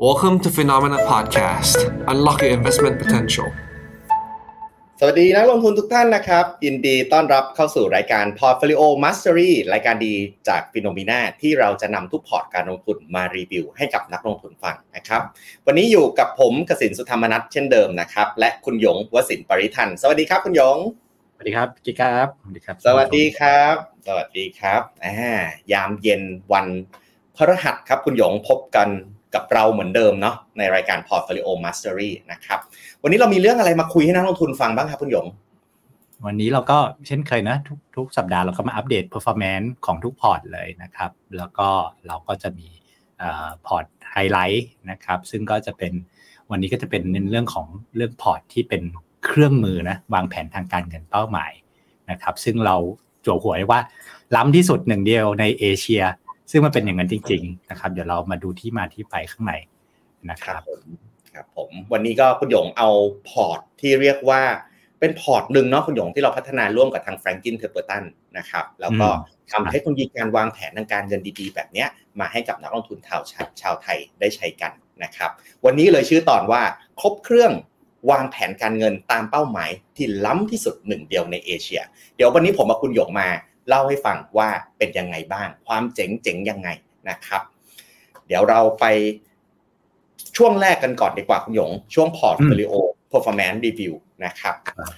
Welcome to Phenomena Podcast. Unlock your investment potential. สวัสดีนักลงทุนทุกท่านนะครับยินดีต้อนรับเข้าสู่รายการ Portfolio Mastery รายการดีจาก Phenomena ที่เราจะนำทุกพอร์ตการลงทุนมารีวิวให้กับนักลงทุนฟังนะครับวันนี้อยู่กับผมกสิณ สุธรรมนัสเช่นเดิมนะครับและคุณหยง วสินทร์ ปริทันสวัสดีครับคุณหยงสวัสดีครับกิ๊กครับสวัสดีครับสวัสดีครับยามเย็นวันพฤหัสครับคุณหยงพบกันกับเราเหมือนเดิมเนาะในรายการ Portfolio Mastery นะครับวันนี้เรามีเรื่องอะไรมาคุยให้นักลงทุนฟังบ้างครับคุณหยงวันนี้เราก็เช่นเคยนะทุกสัปดาห์เราก็มาอัปเดต performance ของทุกพอร์ตเลยนะครับแล้วก็เราก็จะมีพอร์ตไฮไลท์นะครับซึ่งก็จะเป็นวันนี้ก็จะเป็นเรื่องของเรื่องพอร์ตที่เป็นเครื่องมือนะวางแผนทางการเงินเป้าหมายนะครับซึ่งเราจั่วหัวไว้ว่าล้ำที่สุดหนึ่งเดียวในเอเชียซึ่งมันเป็นอย่างนั้นจริงๆนะครับเดี๋ยวเรามาดูที่มาที่ไปข้างในนะครับผมวันนี้ก็คุณหยงเอาพอร์ตที่เรียกว่าเป็นพอร์ตนึงเนาะคุณหยงที่เราพัฒนาร่วมกับทาง Franklin Templeton นะครับแล้วก็ทำเทคโนโลยีการวางแผนทางการเงินดีๆแบบนี้มาให้กับนักลงทุนชาวไทยได้ใช้กันนะครับวันนี้เลยชื่อตอนว่าครบเครื่องวางแผนการเงินตามเป้าหมายที่ล้ำที่สุดหนึ่งเดียวในเอเชียเดี๋ยววันนี้ผมกับคุณหยงมาเล่าให้ฟังว่าเป็นยังไงบ้างความเจ๋งยังไงนะครับเดี๋ยวเราไปช่วงแรกกันก่อนดีกว่าคุณหยงช่วง Portfolio Performance Review นะครับ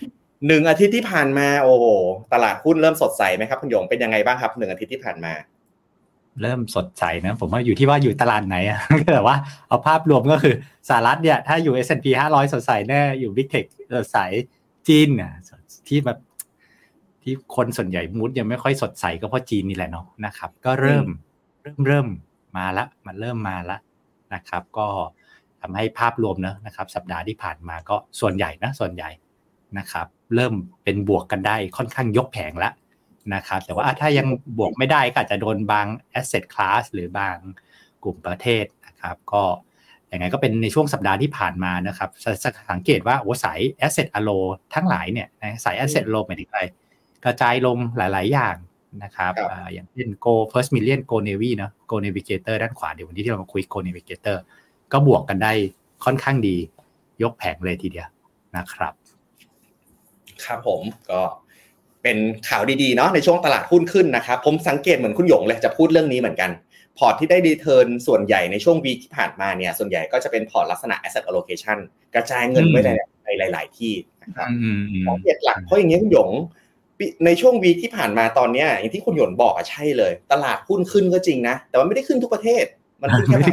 1อาทิตย์ที่ผ่านมาโอ้โหตลาดหุ้นเริ่มสดใสไหมครับคุณหยงเป็นยังไงบ้างครับ1อาทิตย์ที่ผ่านมาเริ่มสดใสนะผมว่าอยู่ที่ว่าอยู่ตลาดไหนอ่ะแต่ว่าเอาภาพรวมก็คือสหรัฐเนี่ยถ้าอยู่ S&P 500สดใสแน่อยู่ Big Tech สดใสจีนน่ะที่แบบที่คนส่วนใหญ่มูดยังไม่ค่อยสดใสก็เพราะจีนนี่แหละเนาะนะครับก็เริ่มมาละมันเริ่มมาละนะครับก็ทำให้ภาพรวมนะครับสัปดาห์ที่ผ่านมาก็ส่วนใหญ่นะครับเริ่มเป็นบวกกันได้ค่อนข้างยกแผงแล้วนะครับแต่ว่าถ้ายังบวกไม่ได้ก็อาจจะโดนบาง asset class หรือบางกลุ่มประเทศนะครับก็ยังไงก็เป็นในช่วงสัปดาห์ที่ผ่านมานะครับสังเกตว่าสาย asset allo ทั้งหลายเนี่ยสาย asset allo หมายถึงอะไรกระจายลงหลายๆอย่างนะครับอย่างเช่น Go First Million Go Navy เนาะ Go Navigator ด้านขวาเดี๋ยววันนี้ที่เรามาคุย Go Navigator ก็บวกกันได้ค่อนข้างดียกแผงเลยทีเดียวนะครับครับผมก็เป็นข่าวดีๆเนาะในช่วงตลาดหุ้นขึ้นนะครับผมสังเกตเหมือนคุณหยงเลยจะพูดเรื่องนี้เหมือนกันพอร์ตที่ได้รีเทิร์นส่วนใหญ่ในช่วงวีคที่ผ่านมาเนี่ยส่วนใหญ่ก็จะเป็นพอร์ตลักษณะ asset allocation กระจายเงินไว้ในหลายๆที่นะครับสังเกตหลักเพราะอย่างนี้คุณหยงในช่วงวีคที่ผ่านมาตอนนี้อย่างที่คุณหยงบอกใช่เลยตลาดหุ้นขึ้นก็จริงนะแต่ว่าไม่ได้ขึ้นทุกประเทศมันขึ้นแค่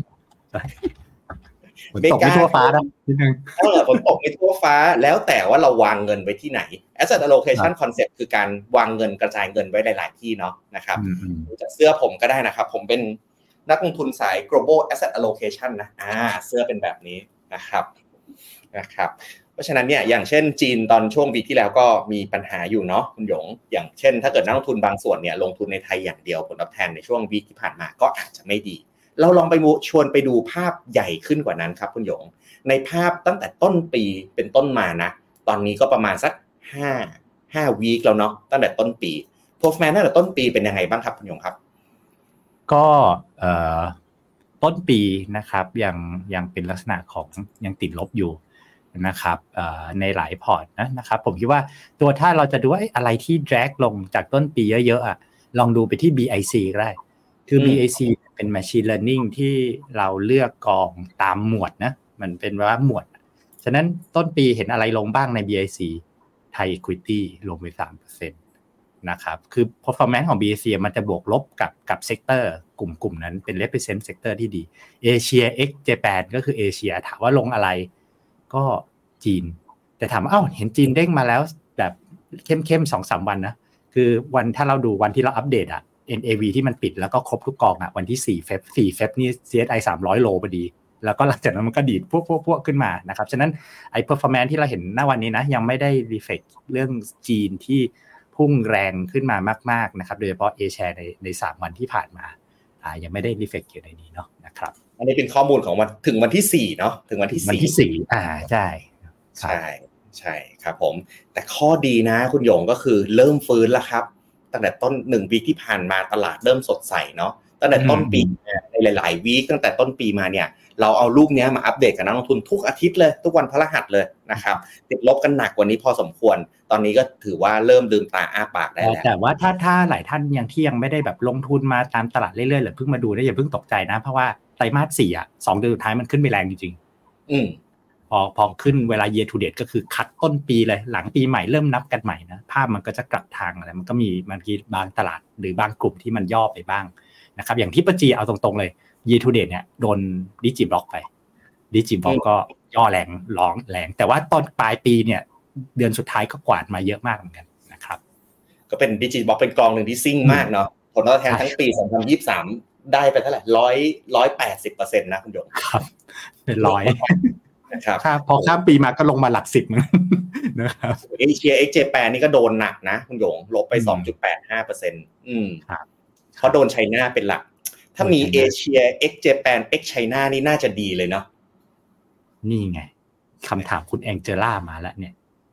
ฝนตกไม่ทั่วฟ้านะนิดนึงฝนตกไม่ทั่วฟ้าแล้วแต่ว่าเราวางเงินไว้ที่ไหน asset allocation concept คือการวางเงินกระจายเงินไว้หลายๆที่เนาะนะครับจากเสื้อผมก็ได้นะครับผมเป็นนักลงทุนสาย global asset allocation นะเสื้อเป็นแบบนี้นะครับเพราะฉะนั้นเนี่ยอย่างเช่นจีนตอนช่วงวีคที่แล้วก็มีปัญหาอยู่เนาะคุณหยงอย่างเช่นถ้าเกิดนักลงทุนบางส่วนเนี่ยลงทุนในไทยอย่างเดียวผลตอบแทนในช่วงวีคที่ผ่านมาก็อาจจะไม่ดีเราลองไปชวนไปดูภาพใหญ่ขึ้นกว่านั้นครับคุณหยงในภาพตั้งแต่ต้นปีเป็นต้นมานะตอนนี้ก็ประมาณสัก5วีคแล้วเนาะตั้งแต่ต้นปี performance ตั้งแต่ต้นปีเป็นยังไงบ้างครับคุณหยงครับก็ต้นปีนะครับยังเป็นลักษณะของยังติดลบอยู่นะครับในหลายพอร์ตนะครับผมคิดว่าตัวถ้าเราจะดูว่าอะไรที่ drag ลงจากต้นปีเยอะๆอ่ะลองดูไปที่ BIC ก็ได้คือ BIC เป็น machine learning ที่เราเลือกกองตามหมวดนะมันเป็นว่าหมวดฉะนั้นต้นปีเห็นอะไรลงบ้างใน BIC Thai Equity ลงไป 3% นะครับคือ performance ของ BIC มันจะบวกลบกับเซกเตอร์กลุ่มนั้นเป็น represent sector ที่ดี Asia X Japan ก็คือเอเชียถามว่าลงอะไรก็จีนแต่ถามว่าเห็นจีนเด้งมาแล้วแบบเข้มๆ 2-3 วันนะคือวันถ้าเราดูวันที่เราอัปเดตNAV ที่มันปิดแล้วก็ครบทุกกองวันที่4 Feb นี่ CSI 300โลพอดีแล้วก็หลังจากนั้นมันก็ดีดพวกขึ้นมานะครับฉะนั้นไอ้ performance ที่เราเห็นณวันนี้นะยังไม่ได้ reflect เรื่องจีนที่พุ่งแรงขึ้นมามากๆนะครับโดยเฉพาะ A-share ใน3วันที่ผ่านมายังไม่ได้ reflect อยู่ในนี้เนาะนะครับอันนี้เป็นข้อมูลของวันถึงวันที่4เนาะถึงวันที่4 วันที่4ใช่ครับผมแต่ข้อดีนะคุณหยงก็คือเริ่มฟื้นแล้วครับตั้งแต่ต้น1วีคที่ผ่านมาตลาดเริ่มสดใสเนาะตั้งแต่ต้นปีในหลายๆวีคตั้งแต่ต้นปีมาเนี่ยเราเอารูปนี้มาอัปเดตกับนักลงทุนทุกอาทิตย์เลยทุกวันพฤหัสเลยนะครับติดลบกันหนักกว่านี้พอสมควรตอนนี้ก็ถือว่าเริ่มลืมตาอ้าปากได้แล้วแต่ว่าถ้าหลายท่านยังไม่ได้แบบลงทุนมาตามตลาดเรื่อยๆหรือเพิ่งมาดูได้อย่าเพิ่งตกใจนะเพราะว่าไตรมาส4อ่ะ2เดือนสุดท้ายมันขึ้นไปแรงจริงๆพอขึ้นเวลา year to date ก็คือคัดต้นปีเลยหลังปีใหม่เริ่มนับกันใหม่นะภาพมันก็จะกลับทางอะไรมันก็มีบางตลาดหรือบางกลุ่มที่มันย่อไปบ้างนะครับอย่างที่ปจีเอาตรงๆเลย year to date เนี่ยโดนดิจิบล็อกไปดิจิบล็อกก็ย่อแรงร้องแรงแต่ว่าตอนปลายปีเนี่ยเดือนสุดท้ายก็กวาดมาเยอะมากเหมือนกันนะครับก็เป็นดิจิบล็อกเป็นกองหนึ่งที่ซิ่งมากเนาะผลตอบแทนทั้งปี2023ได้ไปเท่าไหร่180%นะคุณหยงครับเป็น100 นะครับพอข้ามปีมาก็ลงมาหลัก10นะครับเอเชีย X Japan นี่ก็โดนหนักนะคุณหยงลบไป 2.85% ครับเพราะโดนไชน่าเป็นหลักถ้ามีเอเชีย X Japan X China นี่น่าจะดีเลยเนาะนี่ไงคำถามคุณแองเจล่ามาแล้วเนี่ย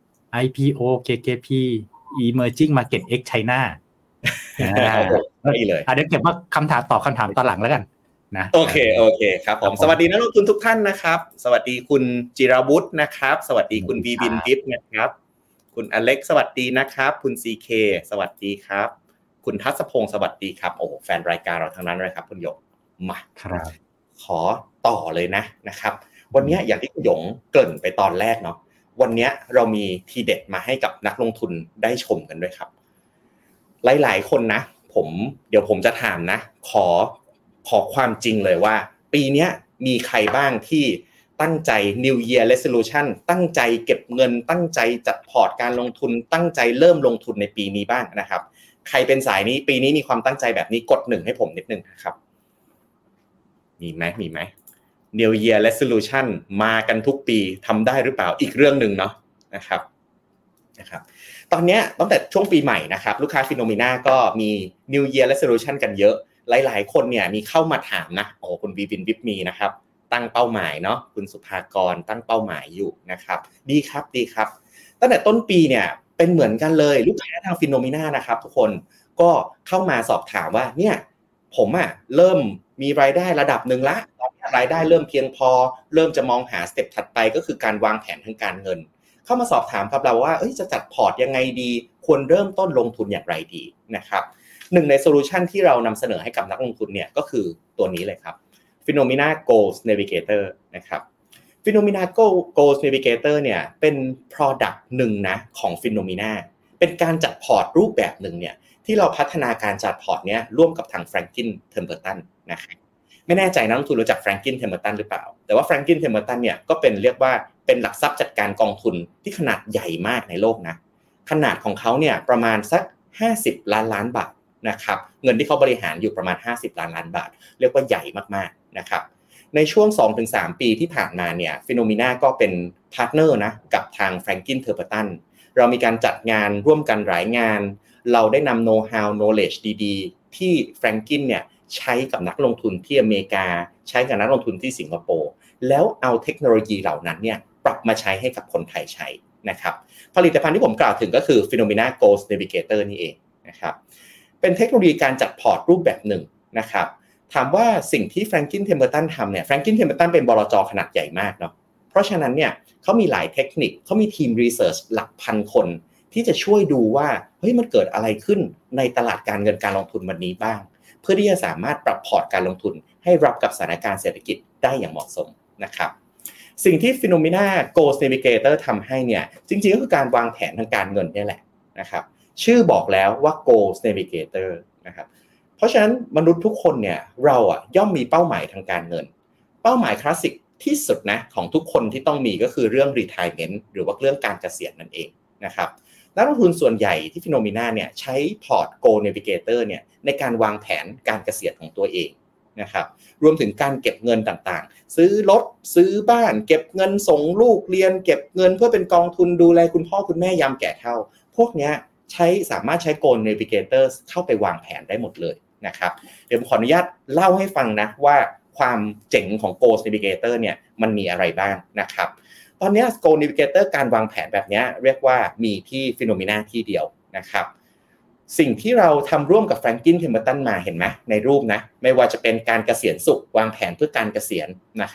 IPO KKP Emerging Market X China นี่เลยเดี๋ยวเก็บว่าคำถามตอบคำถามตอนหลังแล้วกันนะโอเคครับผมสวัสดีนักลงทุนทุกท่านนะครับสวัสดีคุณจิราวุฒินะครับสวัสดีคุณวีบินทิพย์นะครับคุณอเล็กสวัสดีนะครับคุณ CK สวัสดีครับคุณทัศพงศ์สวัสดีครับโอ้แฟนรายการเราทั้งนั้นเลยครับคุณหยงมาครับขอต่อเลยนะครับวันนี้อย่างที่คุณหยงเกริ่นไปตอนแรกเนาะวันนี้เรามีทีเด็ดมาให้กับนักลงทุนได้ชมกันด้วยครับหลายๆคนนะเดี๋ยวผมจะถามนะขอความจริงเลยว่าปีนี้มีใครบ้างที่ตั้งใจ New Year Resolution ตั้งใจเก็บเงินตั้งใจจัดพอร์ตการลงทุนตั้งใจเริ่มลงทุนในปีนี้บ้างนะครับใครเป็นสายนี้ปีนี้มีความตั้งใจแบบนี้กด1ให้ผมนิดนึงนะครับมีไหม New Year Resolution มากันทุกปีทำได้หรือเปล่าอีกเรื่องนึงเนาะนะครับตอนนี้ตั้งแต่ช่วงปีใหม่นะครับลูกค้า Phenomena ก็มี New Year Resolution กันเยอะหลายๆคนเนี่ยมีเข้ามาถามนะคุณวีวินวิปมีนะครับตั้งเป้าหมายเนาะคุณสุภากรตั้งเป้าหมายอยู่นะครับดีครับตั้งแต่ต้นปีเนี่ยเป็นเหมือนกันเลยลูกค้าทาง Phenomena นะครับทุกคนก็เข้ามาสอบถามว่าเนี่ยผมเริ่มมีรายได้ระดับนึงละตอนนี้รายได้เริ่มเพียงพอเริ่มจะมองหาสเต็ปถัดไปก็คือการวางแผนทางการเงินเข้ามาสอบถามกับเราว่าจะจัดพอร์ตยังไงดีควรเริ่มต้นลงทุนอย่างไรดีนะครับหนึ่งในโซลูชันที่เรานำเสนอให้กับนักลงทุนเนี่ยก็คือตัวนี้เลยครับ Phenomena Goals Navigator นะครับ Phenomena Goals Navigator เนี่ยเป็น product หนึ่งนะของ Phenomena เป็นการจัดพอร์ตรูปแบบหนึ่งเนี่ยที่เราพัฒนาการจัดพอร์ตเนี้ยร่วมกับทาง Franklin Templeton นะครับไม่แน่ใจนักลงทุนรู้จัก Franklin Templeton หรือเปล่าแต่ว่า Franklin Templeton เนี่ยก็เป็นเรียกว่าเป็นหลักทรัพย์จัดการกองทุนที่ขนาดใหญ่มากในโลกนะขนาดของเขาเนี่ยประมาณสัก50ล้านบาทนะครับเงินที่เขาบริหารอยู่ประมาณ50ล้านบาทเรียกว่าใหญ่มากๆนะครับในช่วง 2-3 ปีที่ผ่านมาเนี่ย Phenomena ก็เป็นพาร์ทเนอร์นะกับทาง Franklin Templeton เรามีการจัดงานร่วมกันหลายงานเราได้นำ know-how knowledge ดีๆที่ Franklin เนี่ยใช้กับนักลงทุนที่อเมริกาใช้กับนักลงทุนที่สิงคโปร์แล้วเอาเทคโนโลยีเหล่านั้นเนี่ยปรับมาใช้ให้กับคนไทยใช้นะครับผลิตภัณฑ์ที่ผมกล่าวถึงก็คือ Phenomena Goals Navigator นี่เองนะครับเป็นเทคโนโลยีการจัดพอร์ตรูปแบบหนึ่งนะครับถามว่าสิ่งที่ Franklin Templeton ทำเนี่ย Franklin Templeton เป็นบลจ.ขนาดใหญ่มากเนาะเพราะฉะนั้นเนี่ยเขามีหลายเทคนิคเขามีทีม research หลักพันคนที่จะช่วยดูว่ามันเกิดอะไรขึ้นในตลาดการเงินการลงทุนวันนี้บ้างเพื่อที่จะสามารถปรับพอร์ตการลงทุนให้รับกับสถานการณ์เศรษฐกิจได้อย่างเหมาะสมนะครับสิ่งที่ Phenomena Goals Navigator ทำให้เนี่ยจริงๆก็คือการวางแผนทางการเงินนี่แหละนะครับชื่อบอกแล้วว่า Goals Navigator นะครับเพราะฉะนั้นมนุษย์ทุกคนเนี่ยเราย่อมมีเป้าหมายทางการเงินเป้าหมายคลาสสิกที่สุดนะของทุกคนที่ต้องมีก็คือเรื่อง retirement หรือว่าเรื่องการเกษียณนั่นเองนะครับนักลงทุนส่วนใหญ่ที่ Phenomena เนี่ยใช้พอร์ต Goals Navigator เนี่ยในการวางแผนการเกษียณของตัวเองนะครับรวมถึงการเก็บเงินต่างๆซื้อรถซื้อบ้านเก็บเงินส่งลูกเรียนเก็บเงินเพื่อเป็นกองทุนดูแลคุณพ่อคุณแม่ยามแก่เฒ่าพวกนี้สามารถใช้ Goals Navigator เข้าไปวางแผนได้หมดเลยนะครับเดี๋ยวผมขออนุญาตเล่าให้ฟังนะว่าความเจ๋งของ Goals Navigator เนี่ยมันมีอะไรบ้างนะครับตอนนี้ Goals Navigator การวางแผนแบบนี้เรียกว่ามีที่ Phenomena ที่เดียวนะครับสิ่งที่เราทำร่วมกับ Franklin Templeton มาเห็นไหมในรูปนะไม่ว่าจะเป็นการเกษียณสุขวางแผนเพื่อการเกษียณนะครับ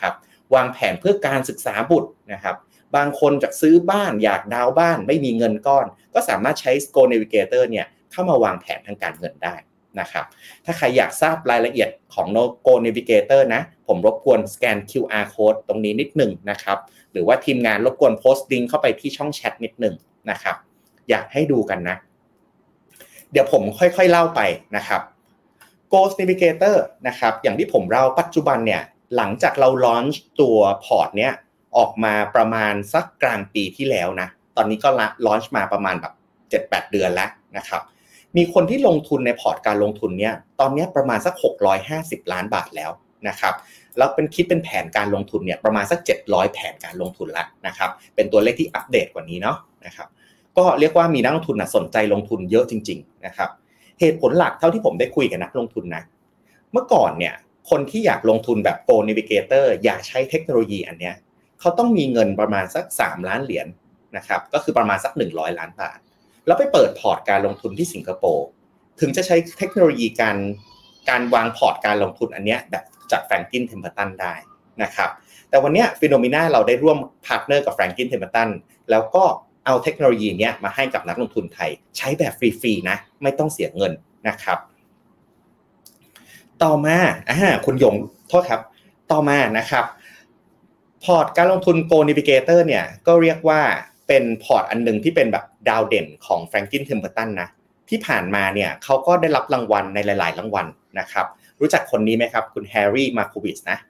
วางแผนเพื่อการศึกษาบุตรนะครับบางคนจากซื้อบ้านอยากดาวน์บ้านไม่มีเงินก้อนก็สามารถใช้ Go Navigator เนี่ยเข้ามาวางแผนทางการเงินได้นะครับถ้าใครอยากทราบรายละเอียดของ Go Navigator นะผมรบกวนสแกน QR code ตรงนี้นิดนึงนะครับหรือว่าทีมงานรบกวนโพสต์ลิงก์เข้าไปที่ช่องแชทนิดนึงนะครับอยากให้ดูกันนะเดี๋ยวผมค่อยๆเล่าไปนะครับ Go Navigator นะครับอย่างที่ผมเล่าปัจจุบันเนี่ยหลังจากเราลอนช์ตัวพอร์ตเนี้ยออกมาประมาณสักกลางปีที่แล้วนะตอนนี้ก็ลอนช์มาประมาณแบบ 7-8 เดือนแล้วนะครับมีคนที่ลงทุนในพอร์ตการลงทุนเนี้ยตอนนี้ประมาณสัก650ล้านบาทแล้วนะครับแล้วคิดเป็นแผนการลงทุนเนี่ยประมาณสัก700แผนการลงทุนแล้วนะครับเป็นตัวเลขที่อัปเดตกว่านี้เนาะนะครับก็เรียกว่ามีนักลงทุนสนใจลงทุนเยอะจริงๆนะครับเหตุผลหลักเท่าที่ผมได้คุยกับนักลงทุนนะเมื่อก่อนเนี่ยคนที่อยากลงทุนแบบ Go Navigator อยากใช้เทคโนโลยีอันเนี้ยเขาต้องมีเงินประมาณสัก3ล้านเหรียญนะครับก็คือประมาณสัก100ล้านบาทแล้วไปเปิดพอร์ตการลงทุนที่สิงคโปร์ถึงจะใช้เทคโนโลยีการวางพอร์ตการลงทุนอันเนี้ยแบบจาก Franklin Templeton ได้นะครับแต่วันนี้ฟิโนเมนาเราได้ร่วมพาร์ทเนอร์กับ Franklin Templeton แล้วก็เอาเทคโนโลยีเนี้ยมาให้กับนักลงทุนไทยใช้แบบฟรีๆนะไม่ต้องเสียเงินนะครับต่อมาคุณหยงโทษครับต่อมานะครับพอร์ตการลงทุน Go Navigator เนี่ยก็เรียกว่าเป็นพอร์ตอันนึงที่เป็นแบบดาวเด่นของ Franklin Templeton นะที่ผ่านมาเนี่ยเขาก็ได้รับรางวัลในหลายๆรางวัลนะครับรู้จักคนนี้ไหมครับคุณแฮร์รี่มาโควิชนะ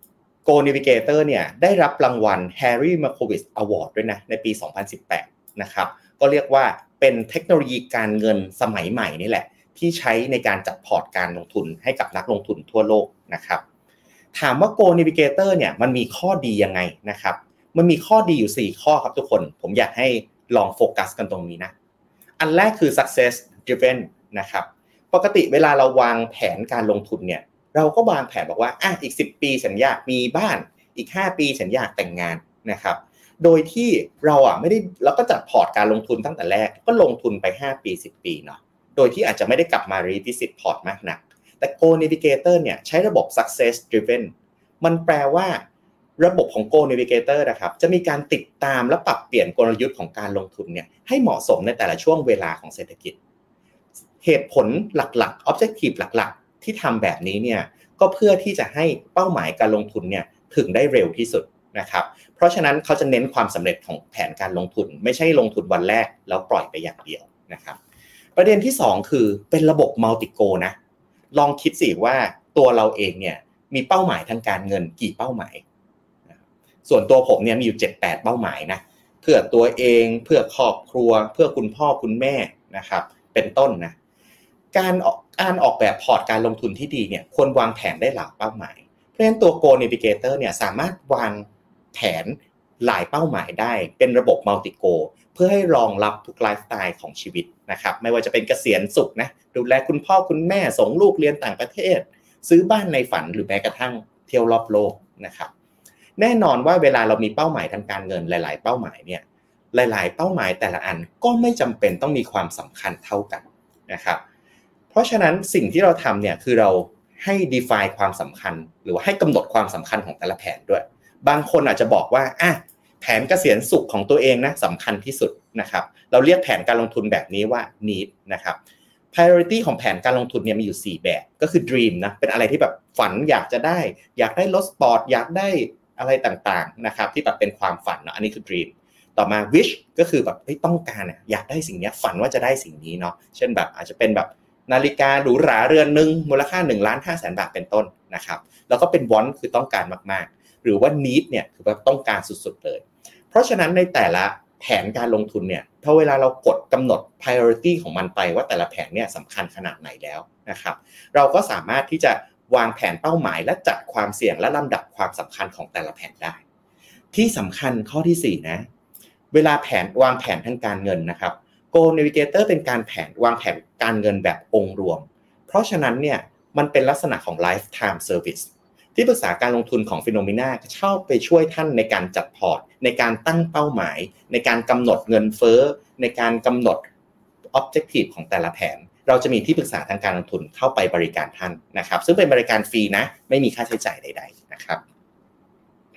Go Navigator เนี่ยได้รับรางวัล Harry Markowitz Award ด้วยนะในปี 2018 นะครับก็เรียกว่าเป็นเทคโนโลยีการเงินสมัยใหม่นี่แหละที่ใช้ในการจัดพอร์ตการลงทุนให้กับนักลงทุนทั่วโลกนะครับถามว่า Go Navigator เนี่ยมันมีข้อดียังไงนะครับมันมีข้อดีอยู่4ข้อครับทุกคนผมอยากให้ลองโฟกัสกันตรงนี้นะอันแรกคือ success driven นะครับปกติเวลาเราวางแผนการลงทุนเนี่ยเราก็วางแผนบอกว่าอีก10ปีฉันอยากมีบ้านอีก5ปีฉันอยากแต่งงานนะครับโดยที่เราไม่ได้เราก็จัดพอร์ตการลงทุนตั้งแต่แรกก็ลงทุนไป5ปี10ปีเนาะโดยที่อาจจะไม่ได้กลับมา revisit พอร์ตมากนักแต่ Go Navigator เนี่ยใช้ระบบ success driven มันแปลว่าระบบของ Go Navigator นะครับจะมีการติดตามและปรับเปลี่ยนกลยุทธ์ของการลงทุนเนี่ยให้เหมาะสมในแต่ละช่วงเวลาของเศรษฐกิจเหตุผลหลักๆ objective หลักๆที่ทำแบบนี้เนี่ยก็เพื่อที่จะให้เป้าหมายการลงทุนเนี่ยถึงได้เร็วที่สุดนะครับเพราะฉะนั้นเขาจะเน้นความสำเร็จของแผนการลงทุนไม่ใช่ลงทุนวันแรกแล้วปล่อยไปอย่างเดียวนะครับประเด็นที่2คือเป็นระบบ multi goal นะลองคิดสิว่าตัวเราเองเนี่ยมีเป้าหมายทางการเงินกี่เป้าหมายส่วนตัวผมเนี่ยมีอยู่7-8เป้าหมายนะเพื่อตัวเองเพื่อครอบครัวเพื่อคุณพ่อคุณแม่นะครับเป็นต้นนะการออกแบบพอร์ตการลงทุนที่ดีเนี่ยควรวางแผนได้หลายเป้าหมายเพราะฉะนั้นตัว Go Navigator เนี่ยสามารถวางแผนหลายเป้าหมายได้เป็นระบบ Multi Goal เพื่อให้รองรับทุกไลฟ์สไตล์ของชีวิตนะครับไม่ว่าจะเป็นเกษียณสุขนะดูแลคุณพ่อคุณแม่ส่งลูกเรียนต่างประเทศซื้อบ้านในฝันหรือแม้กระทั่งเที่ยวรอบโลกนะครับแน่นอนว่าเวลาเรามีเป้าหมายทางการเงินหลายๆเป้าหมายเนี่ยหลายๆเป้าหมายแต่ละอันก็ไม่จำเป็นต้องมีความสำคัญเท่ากันนะครับเพราะฉะนั้นสิ่งที่เราทำเนี่ยคือเราให้ define ความสำคัญหรือว่าให้กำหนดความสำคัญของแต่ละแผนด้วยบางคนอาจจะบอกว่าแผนเกษียณสุขของตัวเองนะสำคัญที่สุดนะครับเราเรียกแผนการลงทุนแบบนี้ว่า need นะครับ priority ของแผนการลงทุนเนี่ยมีอยู่4แบบก็คือ dream นะเป็นอะไรที่แบบฝันอยากได้รถสปอร์ตอยากได้อะไรต่างๆนะครับที่แบบเป็นความฝันเนาะอันนี้คือ dream ต่อมา wish ก็คือแบบต้องการอยากได้สิ่งนี้ฝันว่าจะได้สิ่งนี้เนาะเช่นแบบอาจจะเป็นแบบนาฬิกาหรูหราเรือนนึงมูลค่า 1,500,000 บาทเป็นต้นนะครับแล้วก็เป็น want คือต้องการมากๆหรือว่า need เนี่ยคือแบบต้องการสุดๆเลยเพราะฉะนั้นในแต่ละแผนการลงทุนเนี่ยพอเวลาเรากำหนด priority ของมันไปว่าแต่ละแผนเนี่ยสำคัญขนาดไหนแล้วนะครับเราก็สามารถที่จะวางแผนเป้าหมายและจัดความเสี่ยงและลำดับความสำคัญของแต่ละแผนได้ที่สำคัญข้อที่4นะเวลาวางแผนทางการเงินนะครับ Go Navigator เป็นการวางแผนการเงินแบบองค์รวมเพราะฉะนั้นเนี่ยมันเป็นลักษณะของ lifetime service ที่ปรึกษาการลงทุนของ Phenomena จะเข้าไปช่วยท่านในการจัดพอร์ตในการตั้งเป้าหมายในการกำหนดเงินเฟ้อในการกำหนด objective ของแต่ละแผนเราจะมีที่ปรึกษาทางการลงทุนเข้าไปบริการท่านนะครับซึ่งเป็นบริการฟรีนะไม่มีค่าใช้จ่ายใดๆนะครับ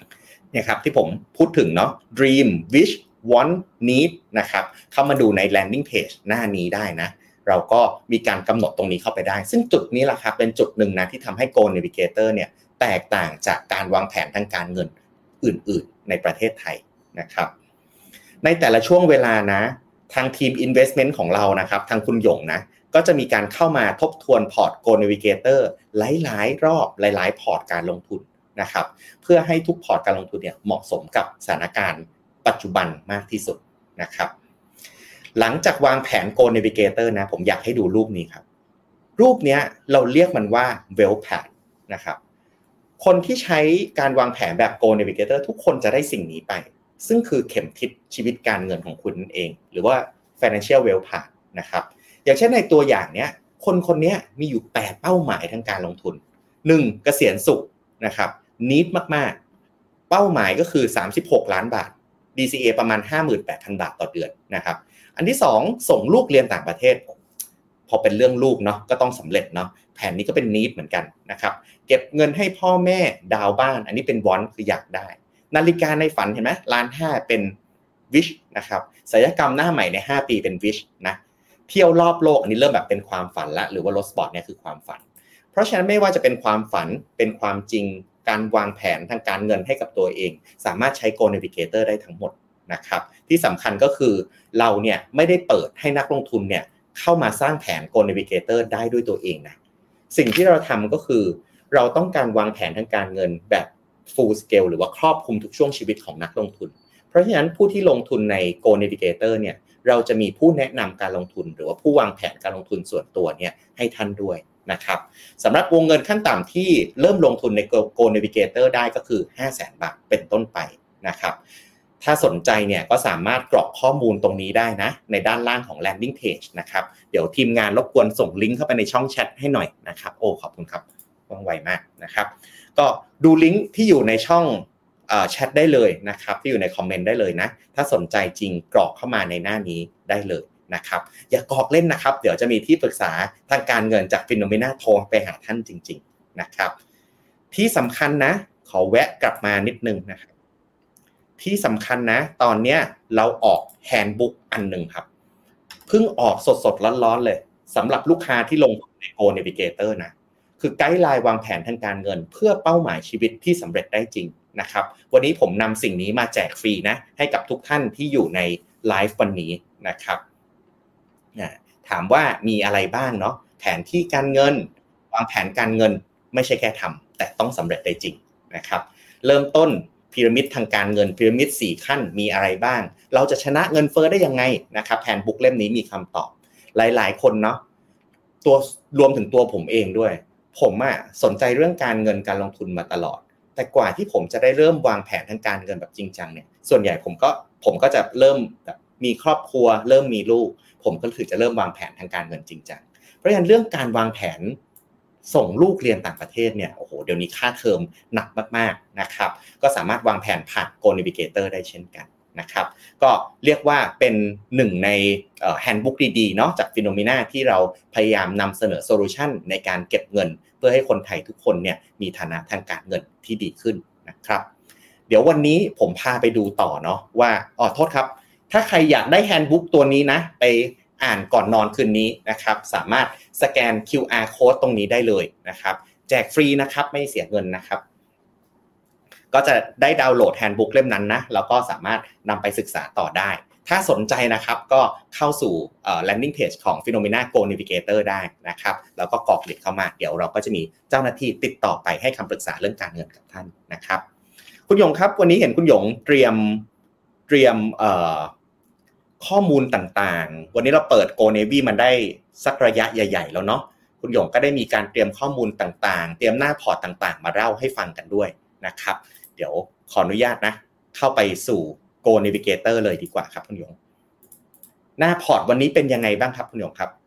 เนี่ยครับที่ผมพูดถึงเนาะ dream wish want need นะครับเข้ามาดูใน landing page หน้านี้ได้นะเราก็มีการกำหนดตรงนี้เข้าไปได้ซึ่งจุดนี้แหละครับเป็นจุดหนึ่งนะที่ทำให้ Go Navigator เนี่ยแตกต่างจากการวางแผนทางการเงินอื่นๆในประเทศไทยนะครับในแต่ละช่วงเวลานะทางทีม investment ของเรานะครับทางคุณหยงนะก็จะมีการเข้ามาทบทวนพอร์ต Go Navigator หลายๆรอบหลายๆพอร์ตการลงทุนนะครับเพื่อให้ทุกพอร์ตการลงทุนเนี่ยเหมาะสมกับสถานการณ์ปัจจุบันมากที่สุดนะครับหลังจากวางแผน Go Navigator นะผมอยากให้ดูรูปนี้ครับรูปนี้เราเรียกมันว่า Wealth Path นะครับคนที่ใช้การวางแผนแบบ Go Navigator ทุกคนจะได้สิ่งนี้ไปซึ่งคือเข็มทิศชีวิตการเงินของคุณเองหรือว่า Financial Wealth Path นะครับอย่างเช่นในตัวอย่างเนี้ยคนนี้มีอยู่8เป้าหมายทางการลงทุน1เกษียณสุขนะครับneed มากๆเป้าหมายก็คือ36ล้านบาท DCA ประมาณ 58,000 บาทต่อเดือนนะครับอันที่2ส่งลูกเรียนต่างประเทศพอเป็นเรื่องลูกเนาะก็ต้องสำเร็จเนาะแผนนี้ก็เป็น need เหมือนกันนะครับเก็บเงินให้พ่อแม่ดาวบ้านอันนี้เป็น want คืออยากได้นาฬิกาในฝันเห็นไหม1.5 ล้านเป็น wish นะครับศัลยกรรมหน้าใหม่ใน5ปีเป็น wish นะเที่ยวรอบโลกอันนี้เริ่มแบบเป็นความฝันละหรือว่ารถสปอร์ตเนี่ยคือความฝันเพราะฉะนั้นไม่ว่าจะเป็นความฝันเป็นความจริงการวางแผนทางการเงินให้กับตัวเองสามารถใช้ Go Navigator ได้ทั้งหมดนะครับที่สำคัญก็คือเราเนี่ยไม่ได้เปิดให้นักลงทุนเนี่ยเข้ามาสร้างแผน Go Navigator ได้ด้วยตัวเองนะสิ่งที่เราทำก็คือเราต้องการวางแผนทางการเงินแบบ full scale หรือว่าครอบคลุมทุกช่วงชีวิตของนักลงทุนเพราะฉะนั้นผู้ที่ลงทุนใน Go Navigator เนี่ยเราจะมีผู้แนะนำการลงทุนหรือว่าผู้วางแผนการลงทุนส่วนตัวเนี่ยให้ท่านด้วยนะครับสำหรับวงเงินขั้นต่ำที่เริ่มลงทุนใน Go Navigator ได้ก็คือ 500,000 บาทเป็นต้นไปนะครับถ้าสนใจเนี่ยก็สามารถกรอกข้อมูลตรงนี้ได้นะในด้านล่างของ landing page นะครับเดี๋ยวทีมงานรบกวนส่งลิงก์เข้าไปในช่องแชทให้หน่อยนะครับโอ้ขอบคุณครับว่องไวมากนะครับก็ดูลิงก์ที่อยู่ในช่องแชทได้เลยนะครับที่อยู่ในคอมเมนต์ได้เลยนะถ้าสนใจจริงกรอกเข้ามาในหน้านี้ได้เลยนะครับอย่ากรอกเล่นนะครับเดี๋ยวจะมีที่ปรึกษาทางการเงินจาก Phenomena โทรไปหาท่านจริงๆนะครับที่สำคัญนะขอแวะกลับมานิดนึงนะครับที่สำคัญนะตอนนี้เราออกแฮนด์บุ๊กอันนึงครับเพิ่งออกสดๆร้อนๆเลยสำหรับลูกค้าที่ลงใน Go Navigator นะคือไกด์ไลน์วางแผนทางการเงินเพื่อเป้าหมายชีวิตที่สำเร็จได้จริงนะครับวันนี้ผมนำสิ่งนี้มาแจกฟรีนะให้กับทุกท่านที่อยู่ในไลฟ์วันนี้นะครับถามว่ามีอะไรบ้างเนาะแผนที่การเงินวางแผนการเงินไม่ใช่แค่ทำแต่ต้องสำเร็จได้จริงนะครับเริ่มต้นพีระมิดทางการเงินพีระมิด4ขั้นมีอะไรบ้างเราจะชนะเงินเฟ้อได้ยังไงนะครับแผนบุ๊กเล่มนี้มีคำตอบหลายๆคนเนาะตัวรวมถึงตัวผมเองด้วยผมสนใจเรื่องการเงินการลงทุนมาตลอดแต่กว่าที่ผมจะได้เริ่มวางแผนทางการเงินแบบจริงจังเนี่ยส่วนใหญ่ผมก็จะเริ่มแบบมีครอบครัวเริ่มมีลูกผมก็ถึงจะเริ่มวางแผนทางการเงินจริงจังเพราะฉะนั้นเรื่องการวางแผนส่งลูกเรียนต่างประเทศเนี่ยโอ้โหเดี๋ยวนี้ค่าเทอมหนักมากๆนะครับก็สามารถวางแผนผ่าน Go Navigator ได้เช่นกันนะครับก็เรียกว่าเป็นหนึ่งในแฮนด์บุ๊กดีๆเนาะจาก Phenomena ที่เราพยายามนำเสนอโซลูชันในการเก็บเงินเพื่อให้คนไทยทุกคนเนี่ยมีฐานะทางการเงินที่ดีขึ้นนะครับเดี๋ยววันนี้ผมพาไปดูต่อเนาะว่าโทษครับถ้าใครอยากได้แฮนด์บุ๊กตัวนี้นะไปอ่านก่อนนอนคืนนี้นะครับสามารถสแกน QR code ตรงนี้ได้เลยนะครับแจกฟรีนะครับไม่เสียเงินนะครับก็จะได้ดาวน์โหลดแฮนด์บุ๊กเล่มนั้นนะแล้วก็สามารถนำไปศึกษาต่อได้ถ้าสนใจนะครับก็เข้าสู่landing page ของ Phenomena Go Navigator ได้นะครับแล้วก็กรอกลิงก์เข้ามาเดี๋ยวเราก็จะมีเจ้าหน้าที่ติดต่อไปให้คำปรึกษาเรื่องการเงินกับท่านนะครับคุณหยงครับวันนี้เห็นคุณหยงเตรียมข้อมูลต่างๆวันนี้เราเปิด Go Navy มันได้สักระยะใหญ่ๆแล้วเนาะคุณหยงก็ได้มีการเตรียมข้อมูลต่างๆเตรียมหน้าพอร์ตต่างๆมาเล่าให้ฟังกันด้วยนะครับเดี๋ยวขออนุญาตนะเข้าไปสู่ Go Navigator เลยดีกว่าครับคุณหยงหน้าพอร์ตวันนี้เป็นยังไงบ้างครับคุณหยงครับ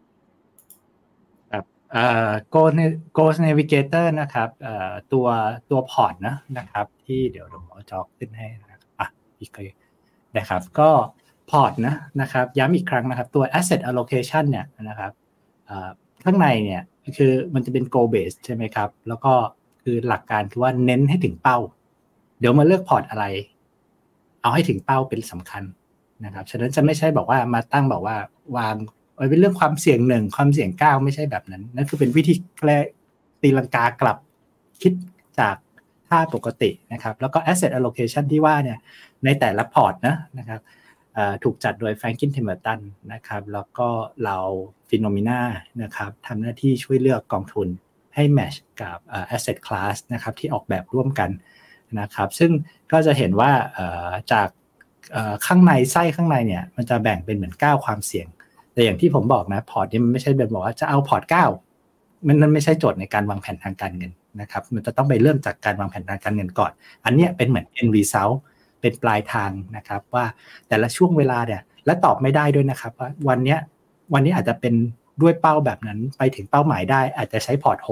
Go Navigator นะครับตัวพอร์ตนะครับที่เดี๋ยวผมเอาจอขึ้นให้นะครับอีกนะครับก็พอร์ตนะครับย้ำอีกครั้งนะครับตัว asset allocation เนี่ยนะครับข้างในเนี่ยคือมันจะเป็น goal based ใช่ไหมครับแล้วก็คือหลักการคือว่าเน้นให้ถึงเป้าเดี๋ยวมาเลือกพอร์ตอะไรเอาให้ถึงเป้าเป็นสำคัญนะครับฉะนั้นจะไม่ใช่บอกว่ามาตั้งบอกว่าวางเป็นเรื่องความเสี่ยง1ความเสี่ยง9ไม่ใช่แบบนั้นนั่นคือเป็นวิธีตีลังกากลับคิดจากท่าปกตินะครับแล้วก็ asset allocation ที่ว่าเนี่ยในแต่ละพอร์ตนะครับถูกจัดโดย Franklin Templeton นะครับแล้วก็เรา Phenomena นะครับทำหน้าที่ช่วยเลือกกองทุนให้แมทช์กับasset class นะครับที่ออกแบบร่วมกันนะครับซึ่งก็จะเห็นว่าจากข้างในไส้ข้างในเนี่ยมันจะแบ่งเป็นเหมือน9ความเสี่ยงแต่อย่างที่ผมบอกนะพอร์ตนี้มันไม่ใช่แบบบอกว่าจะเอาพอร์ต9มันไม่ใช่โจทย์ในการวางแผนทางการเงินนะครับมันจะต้องไปเริ่มจากการวางแผนทางการเงินก่อนอันนี้เป็นเหมือน end result เป็นปลายทางนะครับว่าแต่ละช่วงเวลาเนี่ยและตอบไม่ได้ด้วยนะครับว่าวันนี้อาจจะเป็นด้วยเป้าแบบนั้นไปถึงเป้าหมายได้อาจจะใช้พอร์ต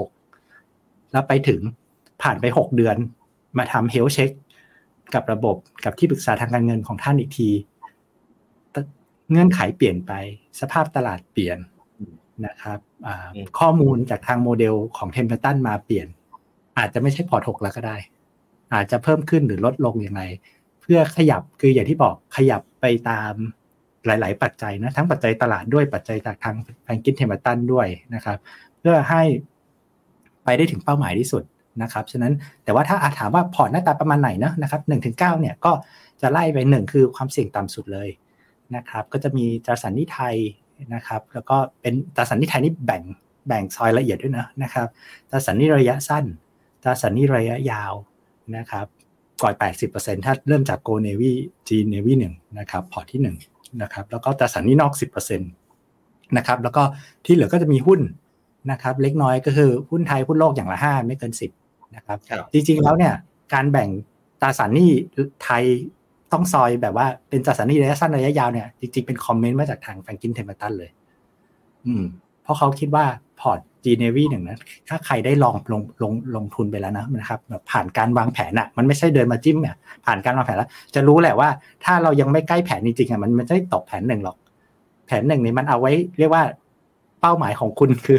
6แล้วไปถึงผ่านไป6เดือนมาทำ health check กับระบบกับที่ปรึกษาทางการเงินของท่านอีกทีเงื่อนไขเปลี่ยนไปสภาพตลาดเปลี่ยนนะครับข้อมูลจากทางโมเดลของ Templeton มาเปลี่ยนอาจจะไม่ใช่พอร์ต6แล้วก็ได้อาจจะเพิ่มขึ้นหรือลดลงยังไงเพื่อขยับคืออย่างที่บอกขยับไปตามหลายๆปัจจัยนะทั้งปัจจัยตลาดด้วยปัจจัยจากทาง Franklin Templeton ด้วยนะครับเพื่อให้ไปได้ถึงเป้าหมายที่สุดนะครับฉะนั้นแต่ว่าถ้าถามว่าพอร์ตหน้าตาประมาณไหนนะครับ 1-9 เนี่ยก็จะไล่ไป1คือความเสี่ยงต่ำสุดเลยนะครับก็จะมีตราสารหนี้ไทยนะครับแล้วก็เป็นตราสารหนี้ไทยนี่แบ่งซอยละเอียดด้วยนะครับตราสารหนี้ระยะสั้นตราสารหนี้ระยะยาวนะครับก่อย 80% ถ้าเริ่มจาก Go Navy G Navy 1นะครับพอร์ตที่1นะครับแล้วก็ตราสารหนี้นอก 10% นะครับแล้วก็ที่เหลือก็จะมีหุ้นนะครับเล็กน้อยก็คือหุ้นไทยหุ้นโลกอย่างละ5ไม่เกิน10นะครับจริงๆแล้วเนี่ยการแบ่งตราสารหนี้ไทยต้องซอยแบบว่าเป็นตราสารหนี้ระยะสั้นระยะยาวเนี่ยจริงๆเป็นคอมเมนต์มาจากทาง Franklin Templeton เลยเพราะเขาคิดว่าพอร์ต G Navy 1นะถ้าใครได้ลองลงทุนไปแล้วนะครับแบบผ่านการวางแผนมันไม่ใช่เดินมาจิ้มเนี่ยผ่านการวางแผนแล้วจะรู้แหละว่าถ้าเรายังไม่ใกล้แผนจริงๆมันไม่ได้ตกแผน1หรอกแผน1นี่มันเอาไว้เรียกว่าเป้าหมายของคุณคือ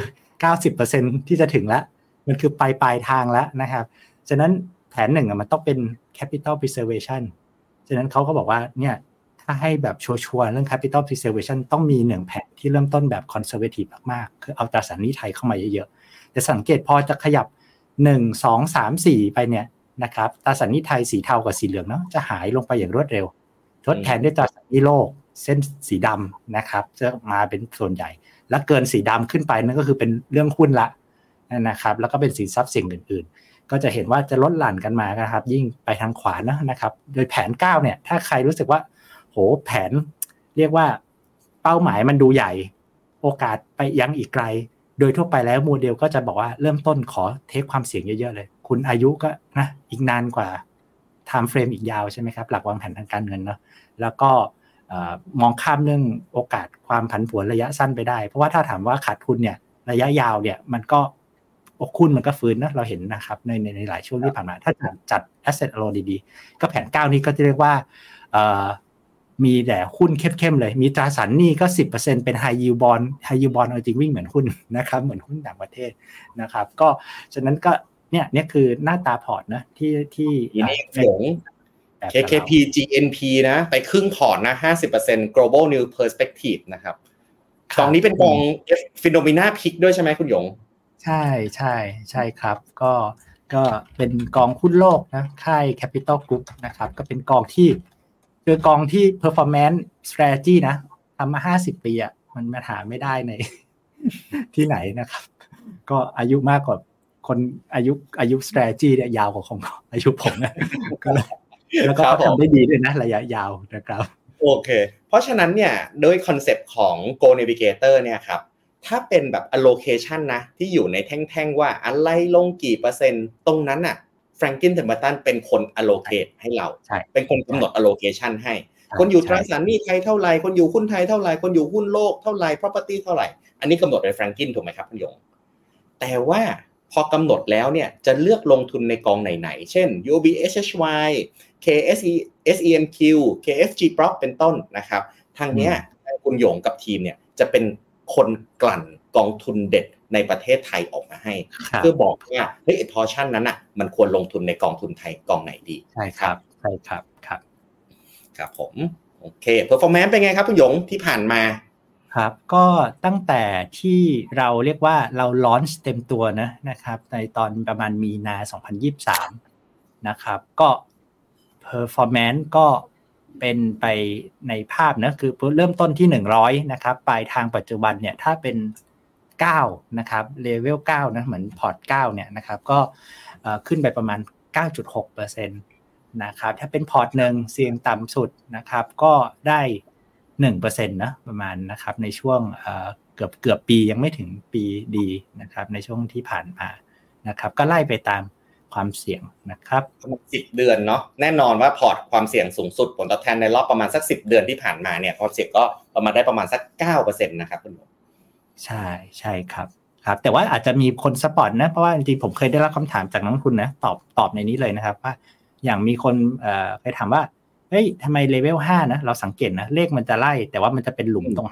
90% ที่จะถึงแล้วมันคือปลายทางแล้วนะครับฉะนั้นแผน1มันต้องเป็น capital preservation ฉะนั้นเขาก็บอกว่าเนี่ยถ้าให้แบบชัวร์ๆเรื่อง capital preservation ต้องมี1แผนที่เริ่มต้นแบบ conservative มากๆคือเอาตราสารหนี้ไทยเข้ามาเยอะๆแต่สังเกตพอจะขยับ1 2 3 4ไปเนี่ยนะครับตราสารหนี้ไทยสีเทากับสีเหลืองเนาะจะหายลงไปอย่างรวดเร็วทดแทนด้วยตราสารหนี้โลกเส้นสีดำนะครับจะมาเป็นส่วนใหญ่และเกินสีดำขึ้นไปนั่นก็คือเป็นเรื่องหุ้นละนะครับแล้วก็เป็นสินทรัพย์สิ่งอื่นๆก็จะเห็นว่าจะลดหลั่นกันมานะครับยิ่งไปทางขวานะครับโดยแผน9เนี่ยถ้าใครรู้สึกว่าโหแผนเรียกว่าเป้าหมายมันดูใหญ่โอกาสไปยังอีกไกลโดยทั่วไปแล้วโมเดลก็จะบอกว่าเริ่มต้นขอเทคความเสี่ยงเยอะๆเลยคุณอายุก็นะอีกนานกว่า time frame อีกยาวใช่ไหมครับหลักวางแผนทางการเงินเนาะแล้วก็มองข้ามเรื่องโอกาสความผันผวนระยะสั้นไปได้เพราะว่าถ้าถามว่าขาดทุนเนี่ยระยะยาวเนี่ยมันก็หุ้นมันก็ฟื้นนะเราเห็นนะครับในหลายช่วงที่ผ่านมาถ้าจัด asset allow ดีๆก็แผน9นี้ก็จะเรียกว่ามีแต่หุ้นเข้มๆเลยมีตราสารหนี้ก็ 10% เป็น high yield bond high yield bond จริงวิ่งเหมือนหุ้นนะครับเหมือนหุ้นต่างประเทศนะครับก็ฉะนั้นก็เนี่ยคือหน้าตาพอร์ตนะที่หลง KKP GNP นะไปครึ่งพอร์ตนะ 50% Global New Perspective นะครับกองนี้เป็นกอง Phenomena Pick ด้วยใช่ไหมคุณหยงใช่ครับก็เป็นกองหุ้นโลกนะค่าย Capital Group นะครับก็เป็นกองที่คือกองที่ performance strategy นะทำมา50ปีมันมาหาไม่ได้ใน ที่ไหนนะครับก็อายุมากกว่าคนอายุ strategy เนี่ยยาวกว่าของอายุผมนะก็แล้วก็ทำได้ดีด้วยนะระยะยาวนะครับโอเคเพราะฉะนั้นเนี่ยโดยคอนเซปต์ของ Go Navigator เนี่ยครับถ้าเป็นแบบ allocation นะที่อยู่ในแท่งๆว่าอะไรลงกี่เปอร์เซ็นต์ตรงนั้นน่ะ Franklin Templeton เป็นคน allocate ให้เราเป็นคนกำหนด allocation ให้คนอยู่ตราสารหนี้ไทยเท่าไหร่คนอยู่หุ้นไทยเท่าไหร่คนอยู่หุ้นโลกเท่าไหร่ property เท่าไหร่อันนี้กำหนดโดย Franklin ถูกไหมครับคุณหยงแต่ว่าพอกำหนดแล้วเนี่ยจะเลือกลงทุนในกองไหนๆเช่น UOB HHY KSENQ KFG Prop เป็นต้นนะครับทางเนี้ยคุณหยงกับทีมเนี่ยจะเป็นคนกลั่นกองทุนเด็ดในประเทศไทยออกมาให้เพื่อบอกว่าเฮ้ยพอร์ชั่นนั้นน่ะมันควรลงทุนในกองทุนไทยกองไหนดีใช่ครับใช่ครับครับผมโอเค performance เป็นไงครับคุณหยงที่ผ่านมาครับก็ตั้งแต่ที่เราเรียกว่าเราลอนช์เต็มตัวนะครับในตอนประมาณมีนา2023นะครับก็ performance ก็เป็นไปในภาพนะคือเริ่มต้นที่100นะครับปลายทางปัจจุบันเนี่ยถ้าเป็น9นะครับเลเวล9นะเหมือนพอร์ต9เนี่ยนะครับก็ขึ้นไปประมาณ 9.6% นะครับถ้าเป็นพอร์ต1เสี่ยงต่ำสุดนะครับก็ได้ 1% นะประมาณนะครับในช่วงเกือบปียังไม่ถึงปีดีนะครับในช่วงที่ผ่านมานะครับก็ไล่ไปตามความเสี่ยงนะครับ 10เดือนเนาะแน่นอนว่าพอร์ตความเสี่ยงสูงสุดผลตอบแทนในรอบประมาณสัก10เดือนที่ผ่านมาเนี่ยพอเสี่ยงก็ประมาณได้ประมาณสัก 9% นะครับคุณหมอใช่ครับแต่ว่าอาจจะมีคนซัพพอร์ตนะเพราะว่าจริงๆผมเคยได้รับคำถามจากนักลงทุนนะตอบในนี้เลยนะครับว่าอย่างมีคนเคยถามว่าเฮ้ยทำไมเลเวล5นะเราสังเกตนะเลขมันจะไล่แต่ว่ามันจะเป็นหลุมตรง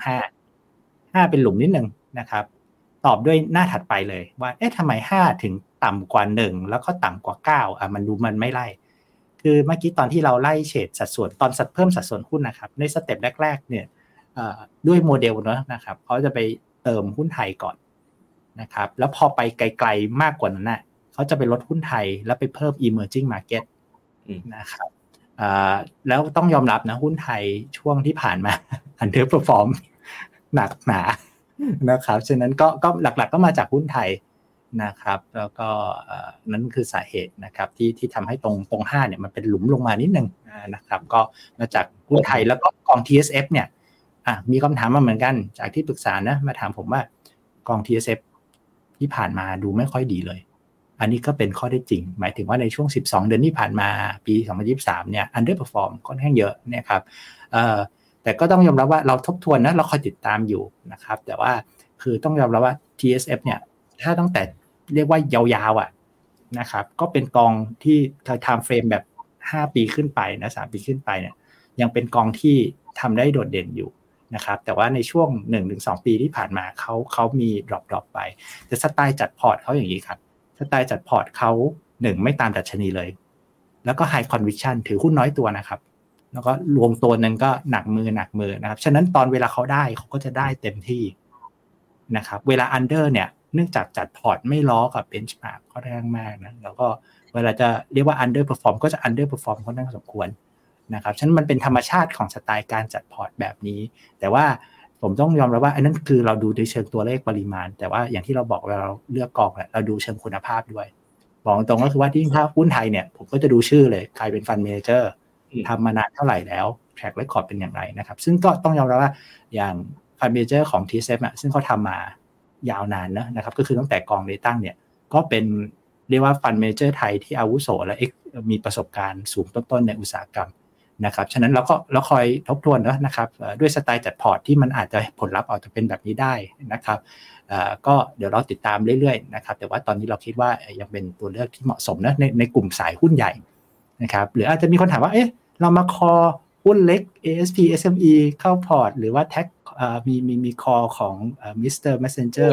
5เป็นหลุมนิดนึงนะครับตอบด้วยหน้าถัดไปเลยว่าทำไม5ถึงต่ำกว่า1แล้วก็ต่ำกว่า9มันดูมันไม่ไล่คือเมื่อกี้ตอนที่เราไล่เฉดสัดส่วนตอนเพิ่มสัดส่วนหุ้นนะครับในสเต็ปแรกๆเนี่ยด้วยโมเดลนะครับเขาจะไปเติมหุ้นไทยก่อนนะครับแล้วพอไปไกลๆมากกว่านั้นน่ะเขาจะไปลดหุ้นไทยแล้วไปเพิ่ม emerging market นะครับแล้วต้องยอมรับนะหุ้นไทยช่วงที่ผ่านมา underperform หนักหนานะครับฉะนั้นก็หลักๆก็มาจากหุ้นไทยนะครับแล้วก็นั่นคือสาเหตุนะครับที่ทำให้ตรง5เนี่ยมันเป็นหลุมลงมานิดนึงนะครับก็มาจากหุ้นไทยแล้วก็กอง TSF เนี่ยมีคำถามมาเหมือนกันจากที่ปรึกษานะมาถามผมว่ากอง TSF ที่ผ่านมาดูไม่ค่อยดีเลยอันนี้ก็เป็นข้อเท็จจริงหมายถึงว่าในช่วง12เดือนที่ผ่านมาปี2023เนี่ย underperform ค่อนข้างเยอะนะครับแต่ก็ต้องยอมรับว่าเราทบทวนนะเราคอยติดตามอยู่นะครับแต่ว่าคือต้องยอมรับว่า TSF เนี่ยถ้าตั้งแต่เรียกว่ายาวๆนะครับก็เป็นกองที่ time frame แบบ5ปีขึ้นไปนะ3ปีขึ้นไปเนี่ยยังเป็นกองที่ทำได้โดดเด่นอยู่นะครับแต่ว่าในช่วง 1-2 ปีที่ผ่านมาเขามี drop ไปแต่สไตล์จัดพอร์ตเขาอย่างนี้ครับสไตล์จัดพอร์ตเขา1ไม่ตามดัชนีเลยแล้วก็ high conviction ถือหุ้นน้อยตัวนะครับแล้วก็รวมตัวนึงก็หนักมือนะครับฉะนั้นตอนเวลาเขาได้เขาก็จะได้เต็มที่นะครับเวลา under เนี่ยเนื่องจากจัดพอร์ตไม่ล้อกับ benchmark ค่อนข้างมากนะแล้วก็เวลาจะเรียกว่า underperform ก็จะ underperform ค่อนข้างสมควรนะครับฉะนั้นมันเป็นธรรมชาติของสไตล์การจัดพอร์ตแบบนี้แต่ว่าผมต้องยอมรับว่าอันนั้นคือเราดูในเชิงตัวเลขปริมาณแต่ว่าอย่างที่เราบอกเราเลือกกองเราดูเชิงคุณภาพด้วยบอกตรงก็คือว่าที่ถ้าหุ้นไทยเนี่ยผมก็จะดูชื่อเลยใครเป็นฟันเมเจอร์ทำมานานเท่าไหร่แล้วแทร็กเรคคอร์ดเป็นอย่างไรนะครับซึ่งก็ต้องยอมรับว่าอย่างฟันเมเจอร์ของ TSF ซึ่งเขาทำมายาวนานนะครับก็คือตั้งแต่กองเดตั้งเนี่ยก็เป็นเรียกว่าฟันเมเจอร์ไทยที่อาวุโสและมีประสบการณ์สูงต้นๆในอุตสาหกรรมนะครับฉะนั้นเราคอยทบทวนนะครับด้วยสไตล์จัดพอร์ตที่มันอาจจะผลลัพธ์อาจจะเป็นแบบนี้ได้นะครับก็เดี๋ยวเราติดตามเรื่อยๆนะครับแต่ว่าตอนนี้เราคิดว่ายังเป็นตัวเลือกที่เหมาะสมนะในกลุ่มสายหุ้นใหญ่นะครับหรืออาจจะมีคนถามว่าเรามาคอหุ้นเล็ก ASP SME เข้าพอร์ตหรือว่าแท็กมีคอของMr. Messenger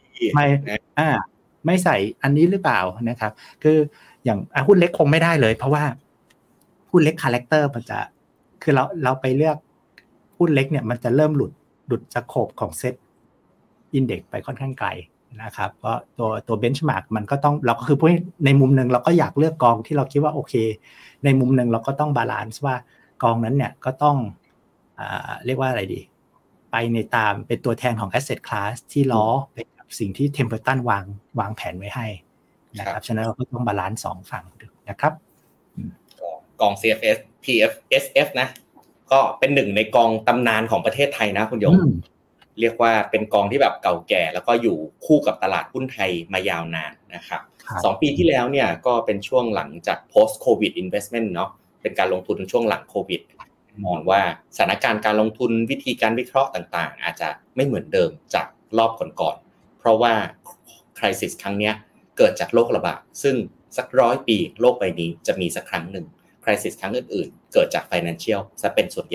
ไม่ใส่อันนี้หรือเปล่านะครับคืออย่างหุ้นเล็กคงไม่ได้เลยเพราะว่าหุ้นเล็กคาแรคเตอร์มันจะคือเราไปเลือกหุ้นเล็กเนี่ยมันจะเริ่มหลุดสโคปของเซ็ตอินเด็กซ์ไปค่อนข้างไกลนะครับเพราะตัวเบนช์มาร์กมันก็ต้องเราก็คือพูดในมุมนึงเราก็อยากเลือกกองที่เราคิดว่าโอเคในมุมนึงเราก็ต้องบาลานซ์ว่ากองนั้นเนี่ยก็ต้องเรียกว่าอะไรดีไปในตามเป็นตัวแทนของ asset class ที่ล้อไปกับสิ่งที่ Templeton วางแผนไว้ให้นะครับฉะนั้นเราก็ต้องบาลานซ์2ฝั่งนะครับกอง CFS PFSF นะก็เป็นหนึ่งในกองตำนานของประเทศไทยนะคุณยงเรียกว่าเป็นกองที่แบบเก่าแก่แล้วก็อยู่คู่กับตลาดหุ้นไทยมายาวนานนะครับ2ปีที่แล้วเนี่ยก็เป็นช่วงหลังจาก post covid investment เนาะเป็นการลงทุนช่วงหลังโควิดมองว่าสถานการณ์การลงทุนวิธีการวิเคราะห์ต่างๆอาจจะไม่เหมือนเดิมจากรอบก่อนๆเพราะว่า crisis ครั้งนี้เกิดจากโรคระบาดซึ่งสัก100 ปีโลกใบนี้จะมีสักครั้งหนึ่ง crisis ครั้งอื่นๆเกิดจาก financial ซะเป็นส่วนใหญ่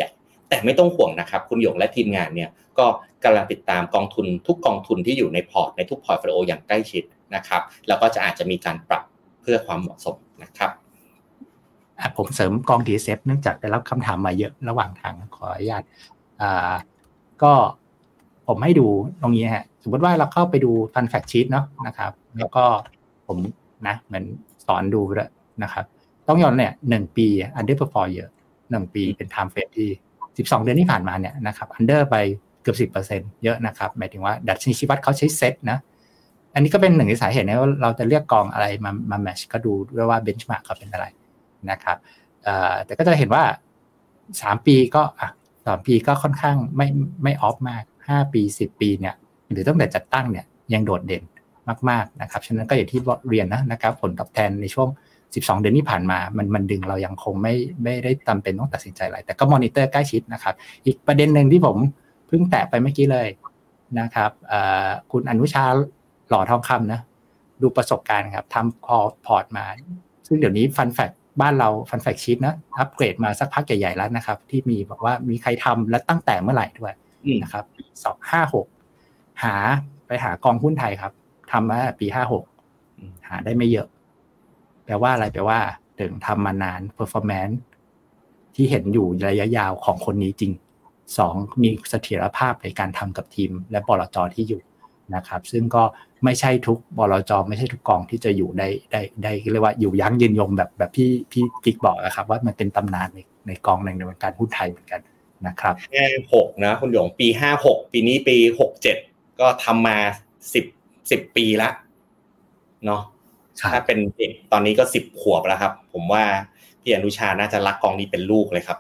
แต่ไม่ต้องห่วงนะครับคุณหยงและทีมงานเนี่ยก็กำลังติดตามกองทุนทุกกองทุนที่อยู่ในพอร์ตในทุกพอร์ตโฟลิโออย่างใกล้ชิดนะครับแล้วก็จะอาจจะมีการปรับเพื่อความเหมาะสมนะครับผมเสริมกอง TSF เนื่องจากได้รับคำถามมาเยอะระหว่างทางขออนุญาตก็ผมให้ดูตรงนี้ฮะสมมติว่าเราเข้าไปดูฟันแฟกชีทเนาะนะครับแล้วก็ผมนะเหมือนสอนดูด้วยนะครับต้องยอมเนี่ย1ปี underperform เยอะ1ปีเป็น time frame ที่12เดือนที่ผ่านมาเนี่ยนะครับ under ไปเกือบ 10% เยอะนะครับหมายถึงว่าดัชนีชี้วัดเขาใช้เซตนะอันนี้ก็เป็นหนึ่งในสาเหตุนะว่าเราจะเลือกกองอะไรมาแมทช์ก็ดูด้วยว่า benchmark เขาเป็นอะไรนะครับแต่ก็จะเห็นว่า3ปีก็3ปีก็ค่อนข้างไม่ออฟมาก5ปี10ปีเนี่ยหรือตั้งแต่จัดตั้งเนี่ยยังโดดเด่นมากๆนะครับฉะนั้นก็อย่างที่เรียนนะครับผลตอบแทนในช่วง12เดือนที่ผ่านมามันดึงเรายังคงไม่ได้จำเป็นต้องตัดสินใจอะไรแต่ก็มอนิเตอร์ใกล้ชิดนะครับอีกประเด็นนึงที่ผมเพิ่งแตะไปเมื่อกี้เลยนะครับคุณอนุชาหล่อทองคำนะดูประสบการณ์ครับทำพอร์ตมาซึ่งเดี๋ยวนี้ฟันแฟกบ้านเราฟันแฟกชีทนะอัปเกรดมาสักพักใหญ่ๆแล้วนะครับที่มีบอกว่ามีใครทำและตั้งแต่เมื่อไหร่ด้วยนะครับ256ไปหากองหุ้นไทยครับทำมาปี56หาได้ไม่เยอะแปลว่าอะไรแปลว่าถึงทำมานาน performance ที่เห็นอยู่ระยะยาวของคนนี้จริง2มีเสถียรภาพในการทำกับทีมและบลจ.ที่อยู่นะครับซึ่งก็ไม่ใช่ทุกบลจ.ไม่ใช่ทุกกองที่จะอยู่ได้เรียกว่าอยู่ยั้งยืนยงแบบพี่กิ๊กบอกนะครับว่ามันเป็นตำนานในกองในวงการหุ้นไทยเหมือนกันนะครับ 56นะคุณหยงปี56ปีนี้ปี67ก็ทำมา10ปีละเนาะถ้าเป็นเด็กตอนนี้ก็10ขวบแล้วครับผมว่าพี่อนุชาน่าจะรักกองนี้เป็นลูกเลยครับ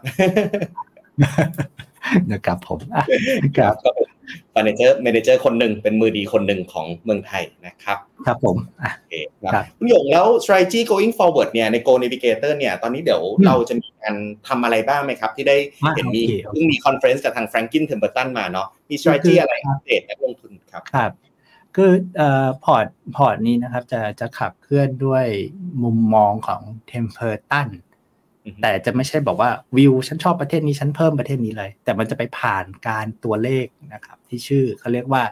นะครับผมครับก็เป็นเมเนเจอร์คนหนึ่งเป็นมือดีคนหนึ่งของเมืองไทยนะครับครับผมโอเคครับคุณหยงแล้ว strategy going forward เนี่ยใน Go Navigator เนี่ยตอนนี้เดี๋ยวเราจะมีการทำอะไรบ้างไหมครับที่ได้เห็นมีเพิ่งมีคอนเฟอเรนซ์กับทาง Franklin Templeton มาเนาะมี strategy อะไรอัปเดตนักลงทุนครับครับคือพอร์ตนี้นะครับจะขับเคลื่อนด้วยมุมมองของ Templeton แต่จะไม่ใช่บอกว่าวิวฉันชอบประเทศนี้ฉันเพิ่มประเทศนี้เลยแต่มันจะไปผ่านการตัวเลขนะครับที่ชื่อเขาเรียกว่า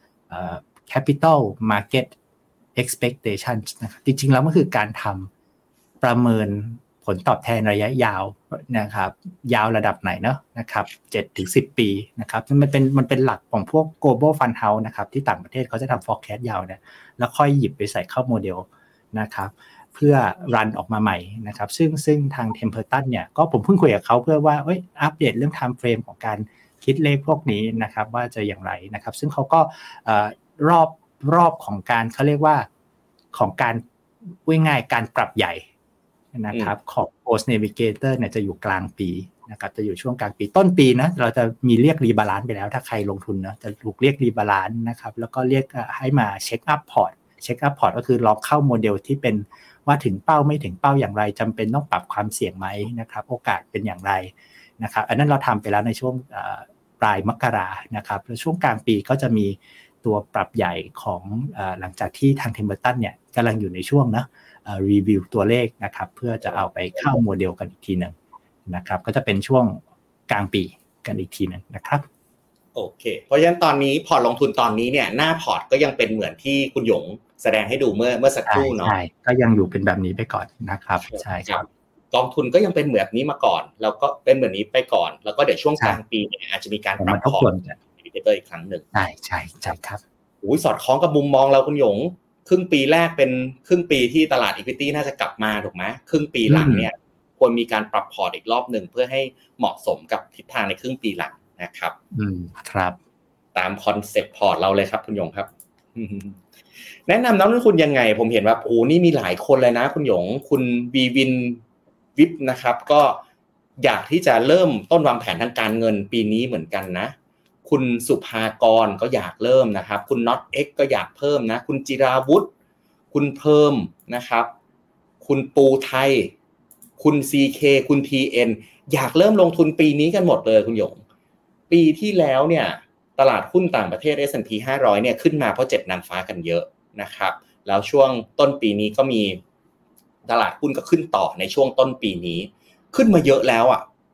capital market expectations นะครับจริงๆแล้วมันคือการทำประเมินผลตอบแทนระยะยาวนะครับยาวระดับไหนเนาะนะครับ 7-10 ปีนะครับมันเป็นหลักของพวก global fund house นะครับที่ต่างประเทศเขาจะทำ forecast ยาวเนี่ยแล้วค่อยหยิบไปใส่เข้าโมเดลนะครับเพื่อรันออกมาใหม่นะครับซึ่งทาง Templeton เนี่ยก็ผมเพิ่งคุยกับเขาเพื่อว่าอัปเดตเรื่อง time frame ของการคิดเลขพวกนี้นะครับว่าจะอย่างไรนะครับซึ่งเขาก็รอบของการเขาเรียกว่าของการง่ายๆการปรับใหญ่นะครับของ Post Navigator เนี่ยจะอยู่กลางปีนะครับจะอยู่ช่วงกลางปีต้นปีนะเราจะมีเรียกรีบาลานซ์ไปแล้วถ้าใครลงทุนนะจะถูกเรียกรีบาลานซ์นะครับแล้วก็เรียกให้มาเช็คอัพพอร์ตก็คือลองเข้าโมเดลที่เป็นว่าถึงเป้าไม่ถึงเป้าอย่างไรจำเป็นต้องปรับความเสี่ยงไหมนะครับโอกาสเป็นอย่างไรนะครับอันนั้นเราทำไปแล้วในช่วงปลายมกรานะครับแล้วช่วงกลางปีก็จะมีตัวปรับใหญ่ของหลังจากที่ทาง Templeton เนี่ยกำลังอยู่ในช่วงนะรีวิวตัวเลขนะครับเพื่อจะเอาไปเข้าโมเดลกันอีกทีนึงนะครับก็จะเป็นช่วงกลางปีกันอีกทีนึงนะครับโอเคเพราะฉะนั้นตอนนี้พอร์ตลงทุนตอนนี้เนี่ยหน้าพอร์ตก็ยังเป็นเหมือนที่คุณหยงแสดงให้ดูเมื่อสักครู่เนาะใช่ก็ยังอยู่เป็นแบบนี้ไปก่อนนะครับใช่ครับกองทุนก็ยังเป็นแบบนี้มาก่อนแล้วก็เป็นแบบนี้ไปก่อนแล้วก็เดี๋ยวช่วงกลางปีเนี่ยอาจจะมีการปรับพอร์ตNavigator อีกครั้งนึงใช่ครับสอดคล้องกับมุมมองเราคุณหยงครึ่งปีแรกเป็นครึ่งปีที่ตลาด equity น่าจะกลับมาถูกไหมครึ่งปีหลังเนี่ยควรมีการปรับพอร์ตอีกรอบนึงเพื่อให้เหมาะสมกับทิศทางในครึ่งปีหลังนะครับครับตามคอนเซ็ปต์พอร์ตเราเลยครับคุณหยงครับแนะนำนักลงทุนยังไงผมเห็นว่านี่มีหลายคนเลยนะคุณหยงคุณวีวินวิปนะครับก็อยากที่จะเริ่มต้นวางแผนทางการเงินปีนี้เหมือนกันนะคุณสุภากรก็อยากเริ่มนะครับคุณน็อตเอ็กก็อยากเพิ่มนะคุณจิราวุฒิคุณเพิ่มนะครับคุณปูไทยคุณซีเคคุณทีเอ็นอยากเริ่มลงทุนปีนี้กันหมดเลยคุณหยงปีที่แล้วเนี่ยตลาดหุ้นต่างประเทศ S&P 500เนี่ยขึ้นมาเพราะ7นางฟ้ากันเยอะนะครับแล้วช่วงต้นปีนี้ก็มีตลาดหุ้นก็ขึ้นต่อในช่วงต้นปีนี้ขึ้นมาเยอะแล้วอ่ะ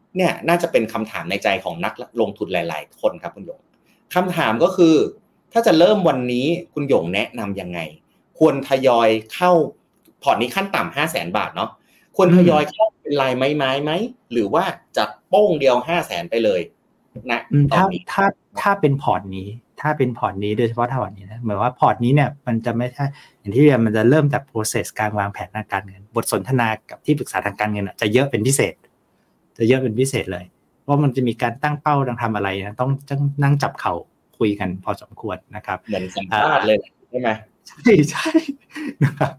เนี่ยน่าจะเป็นคำถามในใจของนักลงทุนหลายๆคนครับคุณหยงคำถามก็คือถ้าจะเริ่มวันนี้คุณหยงแนะนำยังไงควรทยอยเข้าพอร์ตนี้ขั้นต่ำ 500,000 บาทเนาะควรทยอยเข้าเป็นรายไม้ไหมหรือว่าจัดโป้งเดียว 500,000 ไปเลยนะถ้าเป็นพอร์ตนี้โดยเฉพาะถ้าพอร์ตนี้นะเหมือนว่าพอร์ตนี้เนี่ยมันจะไม่ใช่อย่างที่เรียนมันจะเริ่มจาก process การวางแผนทางการเงินบทสนทนากับที่ปรึกษาทางการเงินจะเยอะเป็นพิเศษเลยเพราะมันจะมีการตั้งเป้าทำอะไรนะต้องนั่งจับเข่าคุยกันพอสมควรนะครับเหมือนสัมภาษณ์เลยใช่ไหมใช่นะครับ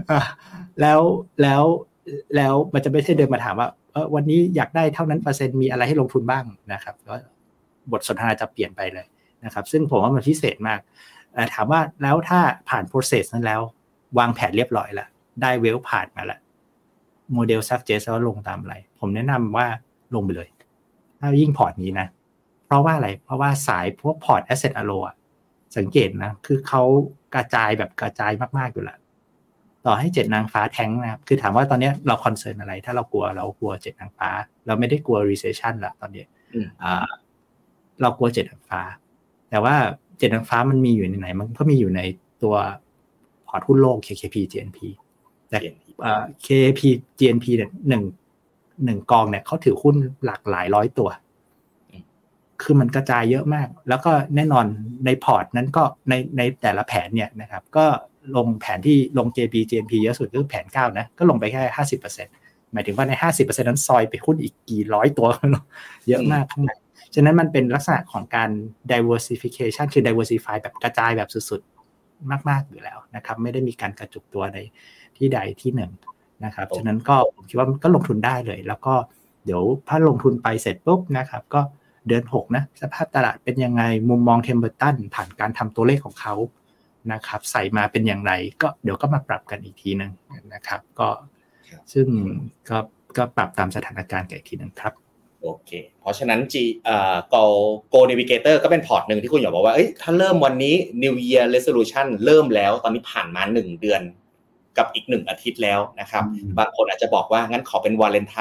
แล้วมันจะไม่ใช่เดินมาถามว่าวันนี้อยากได้เท่านั้นเปอร์เซ็นต์มีอะไรให้ลงทุนบ้างนะครับก็บทสนทนาจะเปลี่ยนไปเลยนะครับซึ่งผมว่ามันพิเศษมากถามว่าแล้วถ้าผ่าน process นั้นแล้ววางแผนเรียบร้อยแล้วได้เวลผ่านมาแล้วโมเดล suggest ว่าลงตามอะไรผมแนะนำว่าลงไปเลยถ้ายิ่งพอร์ตนี้นะเพราะว่าอะไรเพราะว่าสายพวกพอร์ต asset allo สังเกตนะคือเขากระจายมากๆอยู่แล้วต่อให้7นางฟ้าแท้งนะครับคือถามว่าตอนนี้เราคอนเซิร์นอะไรถ้าเรากลัว7นางฟ้าเราไม่ได้กลัว recession ละตอนนี้เรากลัว7นางฟ้าแต่ว่า7นางฟ้ามันมีอยู่ในไหนมันก็มีอยู่ในตัวพอร์ตหุ้นโลก KKP GNP แต่KKP GNP เนี่ย1กองเนี่ยเขาถือหุ้นหลากหลายร้อยตัวคือมันกระจายเยอะมากแล้วก็แน่นอนในพอร์ตนั้นก็ในแต่ละแผนเนี่ยนะครับก็ลงแผนที่ลง JP GNP เยอะสุดก็คือแผน9นะก็ลงไปแค่ 50% หมายถึงว่าใน 50% นั้นซอยไปหุ้นอีกกี่ร้อยตัวเยอะมากข้างในฉะนั้นมันเป็นลักษณะของการ diversification คือ diversify แบบกระจายแบบสุดๆมากๆอยู่แล้วนะครับไม่ได้มีการกระจุกตัวในที่ใดที่หนึ่งนะครับฉะนั้นก็ผมคิดว่าก็ลงทุนได้เลยแล้วก็เดี๋ยวถ้าลงทุนไปเสร็จปุ๊บนะครับก็เดือน6นะสภาพตลาดเป็นยังไงมุมมองเทมเบอร์ตันผ่านการทำตัวเลขของเขานะครับใส่มาเป็นอย่างไรก็เดี๋ยวก็มาปรับกันอีกทีนึงนะครับก็ซึ่งก็ปรับตามสถานการณ์กันอีกทีนึงครับโอเคเพราะฉะนั้นGo Navigator ก็เป็นพอร์ตนึงที่คุณหยงบอกว่าถ้าเริ่มวันนี้ New Year Resolution เริ่มแล้วตอนนี้ผ่านมา1เดือนกับอีก1อาทิตย์แล้วนะครับบางคนอาจจะบอกว่างั้นขอเป็นวาเลนไท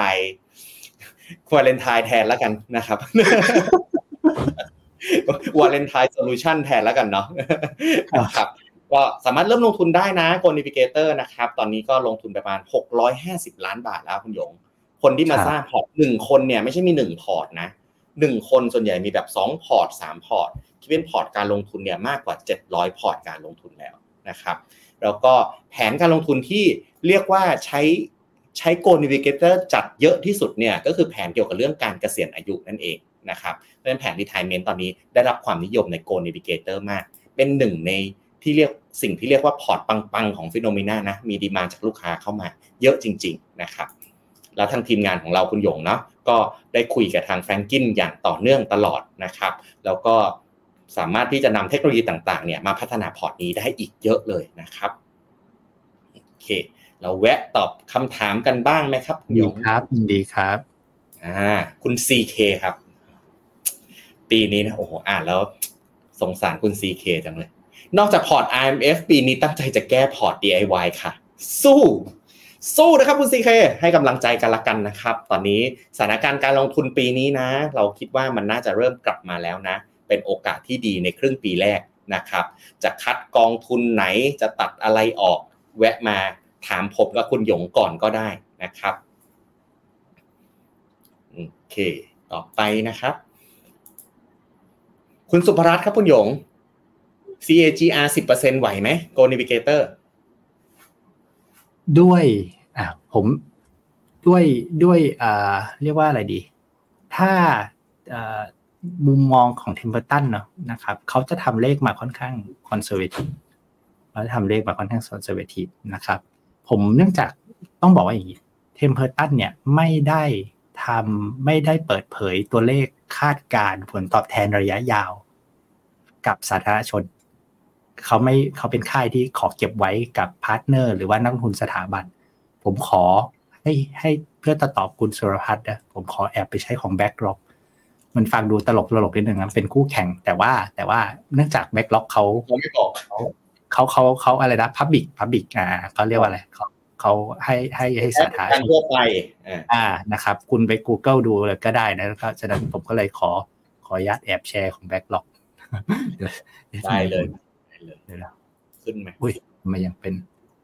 น์แทนแล้วกันนะครับวาเลนไทน์โซลูชันแทนแล้วกันเนาะครับก็สามารถเริ่มลงทุนได้นะ Go Navigator นะครับตอนนี้ก็ลงทุนประมาณ650ล้านบาทแล้วคุณหยงคนที่มาสร้างพอร์ต1คนเนี่ยไม่ใช่มี1พอร์ตนะ1คนส่วนใหญ่มีแบบ2พอร์ต3พอร์ตที่เป็นพอร์ตการลงทุนเนี่ยมากกว่า700พอร์ตการลงทุนแล้วนะครับแล้วก็แผนการลงทุนที่เรียกว่าใช้ Go Navigator จัดเยอะที่สุดเนี่ยก็คือแผนเกี่ยวกับเรื่องการเกษียณอายุนั่นเองนะครับเพราะฉะนั้นแผน retirement ตอนนี้ได้รับความนิยมใน Go Navigator มากเป็นหนึ่งในที่เรียกสิ่งที่เรียกว่าพอร์ตปังๆของ Phenomena นะมีดีมานด์จากลูกค้าเข้ามาเยอะจริงๆนะครับแล้วทางทีมงานของเราคุณหยงเนาะก็ได้คุยกับทางแฟรงกินอย่างต่อเนื่องตลอดนะครับแล้วก็สามารถที่จะนำเทคโนโลยีต่างๆเนี่ยมาพัฒนาพอร์ตนี้ได้อีกเยอะเลยนะครับโอเคเราแวะตอบคำถามกันบ้างไหมครับดีครับดีครับคุณ CK ครับปีนี้นะโอ้โหอ่านแล้วสงสารคุณ CK จังเลยนอกจากพอร์ต IMF ปีนี้ตั้งใจจะแก้พอร์ต DIY ค่ะสู้นะครับคุณ CK ให้กำลังใจกันละกันนะครับตอนนี้สถานการณ์การลงทุนปีนี้นะเราคิดว่ามันน่าจะเริ่มกลับมาแล้วนะเป็นโอกาสที่ดีในครึ่งปีแรกนะครับจะคัดกองทุนไหนจะตัดอะไรออกแวะมาถามผมกับคุณหยงก่อนก็ได้นะครับโอเคต่อไปนะครับคุณสุภรัตน์ครับคุณหยง CAGR 10% ไหวไหม Go Navigator ด้วยผมด้วยเรียกว่าอะไรดีถ้ามุมมองของเทมเปอร์ตันเนาะนะครับเขาจะทำเลขมาค่อนข้างคอนเซอร์เวทีฟเขาจะทำเลขมาค่อนข้างคอนเซอร์เวทีฟนะครับผมเนื่องจากต้องบอกว่าอย่างนี้เทมเปอร์ตันเนี่ยไม่ได้เปิดเผยตัวเลขคาดการณ์ผลตอบแทนระยะยาวกับสาธารณชนเขาเป็นค่ายที่ขอเก็บไว้กับพาร์ทเนอร์หรือว่านักลงทุนสถาบันผมขอให้เพื่อตอบคุณสุรพัฒน์นะผมขอแอบไปใช้ของ BlackRock มันฟังดูตลกนิดนึงนะเป็นคู่แข่งแต่ว่าเนื่องจาก BlackRock เขาอะไรนะ Public เขาเรียกว่าอะไรเขาให้สาธารณะทั่วไปนะครับคุณไป Google ดูเลยก็ได้นะแล้วก็ฉะนั้นผมก็เลยขออนุญาตแอบแชร์ของ Backlog ได้เลยเดี๋ยวขึ้นไหมอุ้ยมันยังเป็น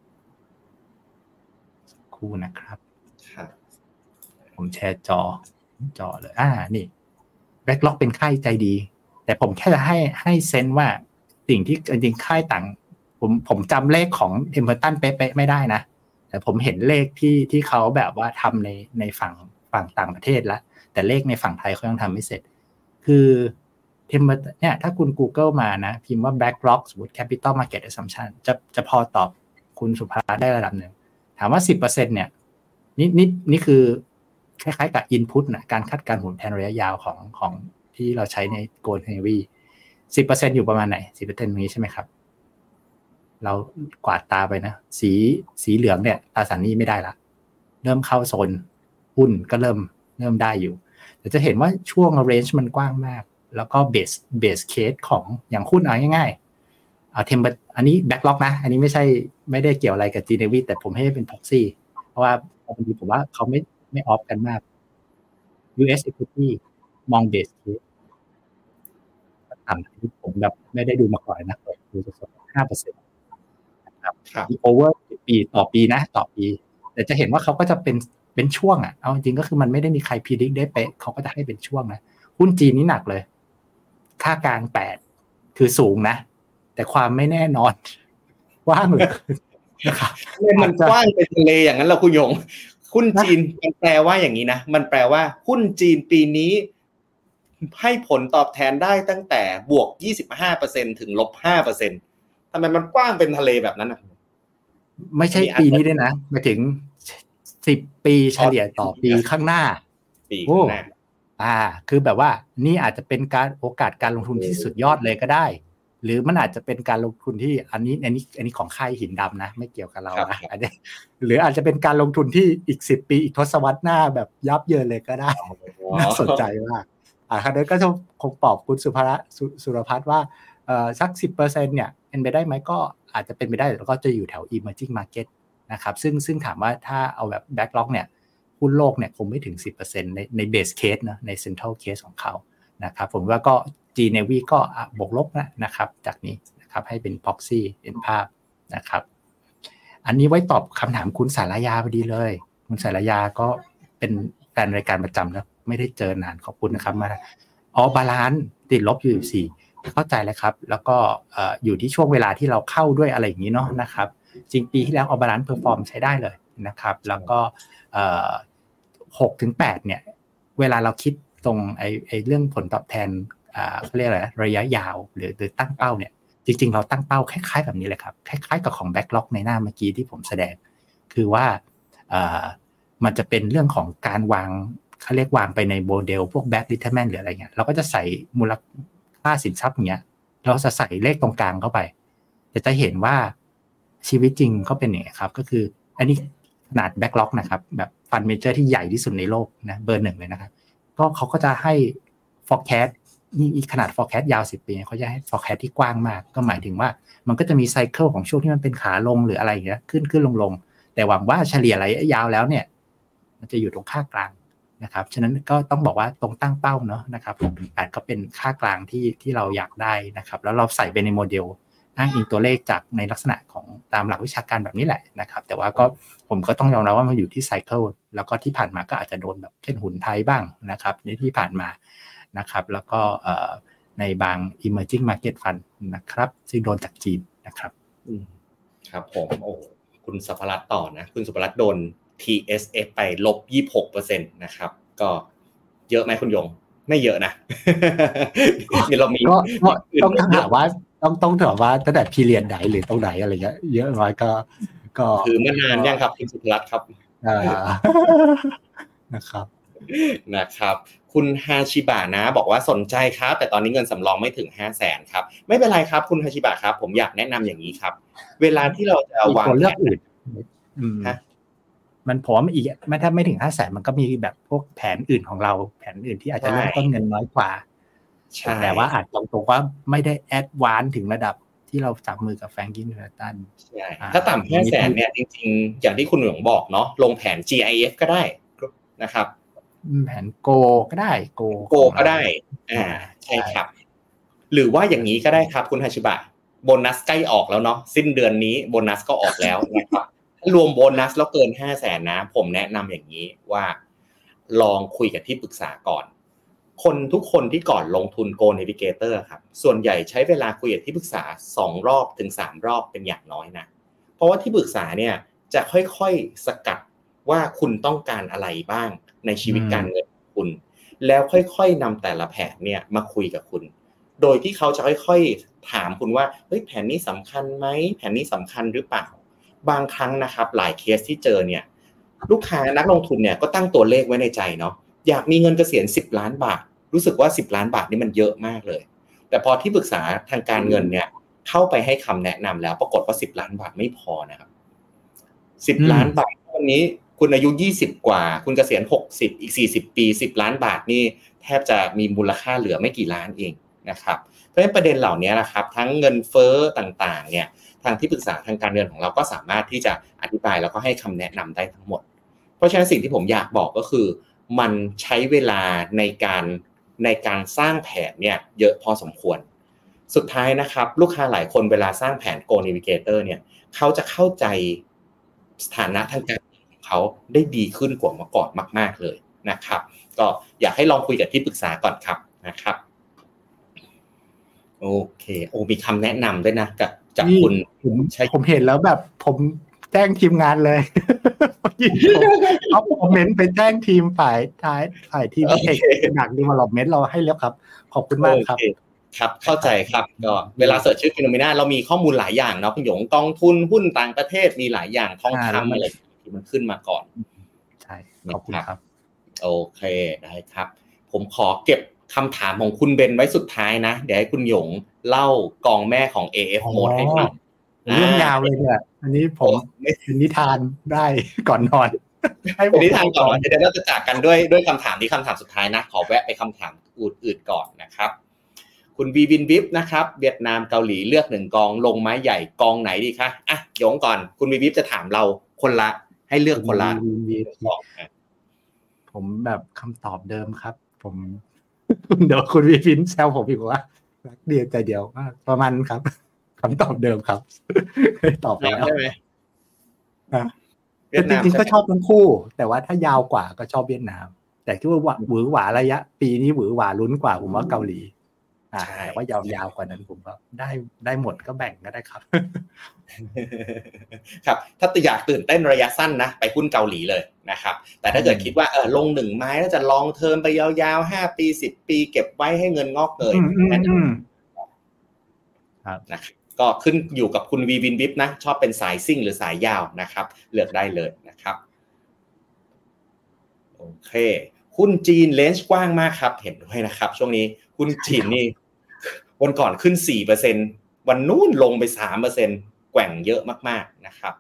คู่นะครับผมแชร์จอเลยนี่ Backlog เป็นค่ายใจดีแต่ผมแค่จะให้เซนส์ว่าสิ่งที่จริงๆค่ายต่างผมจำเลขของ Temperton เป๊ะๆไม่ได้นะแต่ผมเห็นเลขที่เขาแบบว่าทำในฝั่งต่างประเทศแล้วแต่เลขในฝั่งไทยเขายังทำไม่เสร็จคือTemperton เนี่ยถ้าคุณ Google มานะพิมพ์ว่า Backlog สมมุติ Capital Market Assumption จะพอตอบคุณสุภาได้ระดับหนึ่งถามว่า 10% เนี่ยนี่คือคล้ายๆกับ input นะการคาดการณ์ผลแทนระยะยาวของที่เราใช้ใน Gold Navy 10% อยู่ประมาณไหน 10% ตรงนี้ใช่ไหมครับเรากวาดตาไปนะสีเหลืองเนี่ยตราสารหนี้ไม่ได้ละเริ่มเข้าโซนหุ้นก็เริ่มได้อยู่แต่จะเห็นว่าช่วง range มันกว้างมากแล้วก็ base case ของอย่างหุ้นเอาง่ายๆอันนี้ backlog นะอันนี้ไม่ได้เกี่ยวอะไรกับ GNV แต่ผมให้เป็น proxy เพราะว่าบางทีผมว่าเขาไม่ออฟกันมาก US equity มอง base case ต่ำที่ผมแบบไม่ได้ดูมาก่อนนะดูสดๆ 5% นะครับ over ปีนะต่อปีแต่จะเห็นว่าเขาก็จะเป็นช่วงเอาจริงๆก็คือมันไม่ได้มีใคร predict ได้เป๊ะเขาก็จะให้เป็นช่วงนะหุ้นจีนนี่หนักเลยค่ากลาง8คือสูงนะแต่ความไม่แน่นอนกว้างเลยนะครับมันกว้างเป็นทะเลอย่างนั้นเหรอคุณยงหุ้นจีนมันแปลว่าอย่างนี้นะมันแปลว่าหุ้นจีนปีนี้ให้ผลตอบแทนได้ตั้งแต่บวก 25% ถึงลบ 5% ทำไมมันกว้างเป็นทะเลแบบนั้นไม่ใช่ปีนี้ด้วยนะมาถึง10 ปีเฉลี่ยต่อปีข้างหน้าคือแบบว่านี่อาจจะเป็นโอกาสการลงทุนที่สุดยอดเลยก็ได้หรือมันอาจจะเป็นการลงทุนที่อันนี้ของค่ายหินดำนะไม่เกี่ยวกับเรานะอันนี้หรืออาจจะเป็นการลงทุนที่อีก10 ปีอีกทศวรรษหน้าแบบยับเยินเลยก็ได้น่าสนใจมากคราวนี้ก็จะคงตอบคุณสุรพัฒน์ว่าสัก 10% เนี่ยเป็นไปได้ไหมก็อาจจะเป็นไปได้แล้วก็จะอยู่แถว emerging market นะครับซึ่งถามว่าถ้าเอาแบบ backlog เนี่ยหุ้นโลกเนี่ยคงไม่ถึง 10% ใน base case นะใน central case ของเขานะครับผมว่าก็ GNV ก็บวกลบนะครับจากนี้นะครับให้เป็น proxy เป็นภาพนะครับอันนี้ไว้ตอบคำถามคุณสารยาพอดีเลยคุณสารยาก็เป็นแฟนรายการประจำนะไม่ได้เจอนานขอบคุณนะครับมาบาลานซ์ติดลบอยู่4เข้าใจเลยครับแล้วก็อยู่ที่ช่วงเวลาที่เราเข้าด้วยอะไรอย่างนี้เนาะนะครับจริงปีที่แล้วบาลานซ์เพอร์ฟอร์มใช้ได้เลยนะครับแล้วก็6-8เนี่ยเวลาเราคิดตรงไอ้เรื่องผลตอบแทนเขาเรียกอะไรระยะยาวหรือตั้งเป้าเนี่ยจริงๆเราตั้งเป้าคล้ายๆแบบนี้เลยครับคล้ายๆกับของ backlog ในหน้าเมื่อกี้ที่ผมแสดงคือว่ามันจะเป็นเรื่องของการวางเขาเรียกวางไปในโมเดลพวก back retirement หรืออะไรเงี้ยเราก็จะใส่มูลค่าสินทรัพย์อย่างเงี้ยเราจะใส่เลขตรงกลางเข้าไปจะเห็นว่าชีวิตจริงก็เป็นอย่างนี้ครับก็คืออันนี้ขนาด backlog นะครับแบบฟันเมเจอร์ที่ใหญ่ที่สุดในโลกนะเบอร์ 1เลยนะครับก็เขาก็จะให้ forecast นี่ขนาด forecast ยาว10 ปีเขาจะให้ forecast ที่กว้างมากก็หมายถึงว่ามันก็จะมีไซเคิลของช่วงที่มันเป็นขาลงหรืออะไรอย่างเงี้ยขึ้นลงแต่หวังว่าเฉลี่ยระยะยาวแล้วเนี่ยมันจะอยู่ตรงค่ากลางนะครับฉะนั้นก็ต้องบอกว่าตรงตั้งเป้าเนาะนะครับ6-8ก็เป็นค่ากลางที่เราอยากได้นะครับแล้วเราใส่ไปในโมเดลอ้างอิงตัวเลขจากในลักษณะของตามหลักวิชาการแบบนี้แหละนะครับแต่ว่าก็ผมก็ต้องยอมรับว่ามันอยู่ที่ไซเคิลแล้วก็ที่ผ่านมาก็อาจจะโดนแบบเช่นหุ้นไทยบ้างนะครับในที่ผ่านมานะครับแล้วก็ในบาง emerging market fund นะครับซึ่งโดนจากจีนนะครับครับผมโอ้คุณสุภรัตน์ต่อนะคุณสุภรัตน์โดน TSF ไปลบ 26% นะครับก็เยอะไหมคุณยงไม่เยอะนะนี่เรามีต้องถามว่าต้องถามว่าตั้งแต่พีเรียดไหนหรือตรงไหนอะไรเงี้ยเยอะน้อยก็คือมานานยังครับคุณสุภรัตน์ครับนะครับคุณฮาชิบะนะบอกว่าสนใจครับแต่ตอนนี้เงินสำรองไม่ถึง 500,000 ครับไม่เป็นไรครับคุณฮาชิบะครับผมอยากแนะนำอย่างนี้ครับเวลาที่เราจะวางเลือกอื่นมันผมว่าอีกถ้าไม่ถึง 500,000 มันก็มีแบบพวกแผนอื่นของเราแผนอื่นที่อาจจะเริ่มต้นเงินน้อยกว่าแต่ว่าอาจตรงๆว่าไม่ได้แอดวานซ์ถึงระดับที่เราจับมือกับแฟรงกินเทอร์ตันใช่ถ้าต่ำ500,000เนี่ยจริงๆอย่างที่คุณหลวงบอกเนาะลงแผน GIF ก็ได้นะครับแผนโกก็ได้โกก็ได้ใช่ครับหรือว่าอย่างนี้ก็ได้ครับคุณฮาชิบะโบนัสใกล้ออกแล้วเนาะสิ้นเดือนนี้โบนัสก็ออกแล้วนะครับถ้ารวมโบนัสแล้วเกิน 500,000 นะผมแนะนำอย่างนี้ว่าลองคุยกับที่ปรึกษาก่อนคนทุกคนที่ก่อนลงทุน Go Navigator ครับส่วนใหญ่ใช้เวลาคุยกับที่ปรึกษา2รอบถึง3รอบเป็นอย่างน้อยนะเพราะว่าที่ปรึกษาเนี่ยจะค่อยๆสกัดว่าคุณต้องการอะไรบ้างในชีวิตการเงินของคุณแล้วค่อยๆนำแต่ละแผนเนี่ยมาคุยกับคุณโดยที่เขาจะค่อยๆถามคุณว่าเฮ้ยแผนนี้สำคัญไหมแผนนี้สำคัญหรือเปล่าบางครั้งนะครับหลายเคสที่เจอเนี่ยลูกค้านักลงทุนเนี่ยก็ตั้งตัวเลขไว้ในใจเนาะอยากมีเงินเกษียณ10 ล้านบาทรู้สึกว่า10 ล้านบาทนี่มันเยอะมากเลยแต่พอที่ปรึกษาทางการเงินเนี่ยเข้าไปให้คำแนะนำแล้วปรากฏว่า10 ล้านบาทไม่พอนะครับ10 ล้านบาทวันนี้คุณอายุ20กว่าคุณเกษียณ60อีก40ปี10 ล้านบาทนี่แทบจะมีมูลค่าเหลือไม่กี่ล้านเองนะครับเพราะฉะนั้นประเด็นเหล่านี้นะครับทั้งเงินเฟ้อต่างๆเนี่ยทางที่ปรึกษาทางการเงินของเราก็สามารถที่จะอธิบายแล้วก็ให้คำแนะนำได้ทั้งหมดเพราะฉะนั้นสิ่งที่ผมอยากบอกก็คือมันใช้เวลาในการสร้างแผนเนี่ยเยอะพอสมควรสุดท้ายนะครับลูกค้าหลายคนเวลาสร้างแผน Go Navigator เนี่ยเขาจะเข้าใจสถานะทางการเงินของเขาได้ดีขึ้นกว่าเมื่อก่อนมากๆเลยนะครับก็อยากให้ลองคุยกับที่ปรึกษาก่อนครับนะครับโอเคมีคำแนะนำด้วยนะจากคุณผมเห็นแล้วแบบผมแจ้งทีมงานเลยเอาคอมเมนต์ไปแจ้งทีมฝ่ายทีมเทคหนักดีเวลอปเมนต์เราให้แล้วครับขอบคุณมากครับครับเข้าใจครับก็เวลาเสิร์ชชื่อ Phenomena เรามีข้อมูลหลายอย่างเนาะคุณหยงกองทุนหุ้นต่างประเทศมีหลายอย่างทองคำอะไรที่มันขึ้นมาก่อนใช่ขอบคุณครับโอเคได้ครับผมขอเก็บคำถามของคุณเบนไว้สุดท้ายนะเดี๋ยวให้คุณหยงเล่ากองแม่ของ AF Mode ให้ฟังเรื่องยาวเลยเนี่ยอันนี้ผมเป็นนิทานได้ก่อนนอนเป็นนิทานก่อนเดี๋ยวเราจะจากกันด้วยคำถามนี้คำถามสุดท้ายนะขอแวะไปคำถามอื่นก่อนนะครับคุณวีวินวิปนะครับเวียดนามเกาหลีเลือก1กองลงไม้ใหญ่กองไหนดีคะอ่ะหยงก่อนคุณวีวิปจะถามเราคนละให้เลือกคนละผมแบบคำตอบเดิมครับผมเดี๋ยวคุณวีวินแซวผมอีกว่ารักเดียวใจเดียวประมาณครับคำตอบเดิมครับตอบแล้วใช่ไหมจริงๆก็ชอบทั้งคู่แต่ว่าถ้ายาวกว่าก็ชอบเวียดนามแต่ที่ว่าหวือหวาระยะปีนี้หวือหวาลุ้นกว่าผมว่าเกาหลีแต่ว่ายาวๆกว่านั้นผมก็ได้หมดก็แบ่งก็ได้ครับครับถ้าอยากตื่นเต้นระยะสั้นนะไปหุ้นเกาหลีเลยนะครับแต่ถ้าเกิดคิดว่าลง1ไม้แล้วจะลองเทอมไปยาวๆ5ปี10ปีเก็บไว้ให้เงินงอกเงยนะครับก็ขึ้นอยู่กับคุณวีวินวิปนะชอบเป็นสายซิ่งหรือสายยาวนะครับเลือกได้เลยนะครับโอเคหุ้นจีนเลนส์กว้างมากครับเห็นด้วยนะครับช่วงนี้หุ้นจีนนี่วันก่อนขึ้น 4% วันนู้นลงไป 3% แกว่งเยอะมากๆนะครับ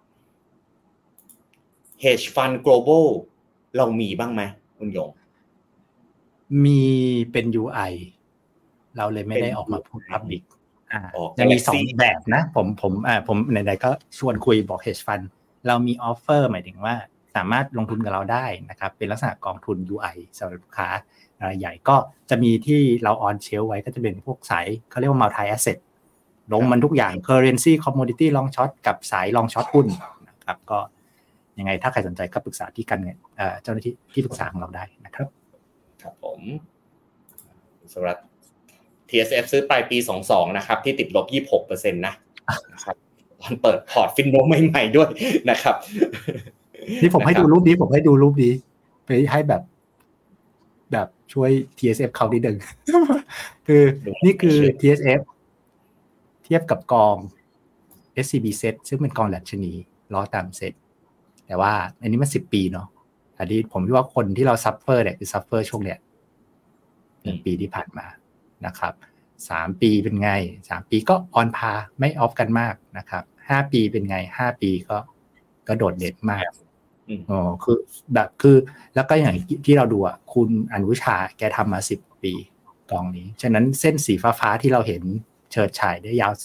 Hedge Fund Global เรามีบ้างไหมคุณหยงมีเป็น UI เราเลยไม่ได้ออกมาพูด Publicยังมี2แบบนะผมไหนๆก็ชวนคุยบอก Hedge Fund เรามีออฟเฟอร์หมายถึงว่าสามารถลงทุนกับเราได้นะครับเป็นลักษณะกองทุน UI สำหรับลูกค้ารายใหญ่ก็จะมีที่เราออนเชลไว้ก็จะเป็นพวกสายเขาเรียกว่า multi asset ลงมันทุกอย่าง currency commodity long short กับสาย long short หุ้นนะครับก็ยังไงถ้าใครสนใจก็ปรึกษาที่การเงินเจ้าหน้าที่ที่ปรึกษาของเราได้นะครับครับผมสำหรับ TSF ซื้อปลายปี22นะครับที่ติดลบ 26% นะครับตอนเปิดพอร์ตฟินโนใหม่ๆด้วยนะครับนี่ผมให้ดูรูปนี้ไปให้แบบช่วย TSF เขานิดนึงคือนี่คือ TSF เทียบกับกอง SCB Set ซึ่งเป็นกองดัชนีล้อตามเซ็ตแต่ว่าอันนี้มัน10ปีเนาะอันนี้ผมคิดว่าคนที่เราซัฟเฟอร์เนี่ยคือซัฟเฟอร์ช่วงเนี้ย1ปีที่ผ่านมานะครับ3ปีเป็นไง3ปีก็ออนพาไม่ออฟกันมากนะครับ5ปีเป็นไง5ปีก็โดดเด่นมากคือแบบคือแล้วก็อย่างที่เราดูอ่ะคุณอนุชาแกทำมา10ปีกองนี้ฉะนั้นเส้นสีฟ้าๆที่เราเห็นเฉิดฉายได้ยาว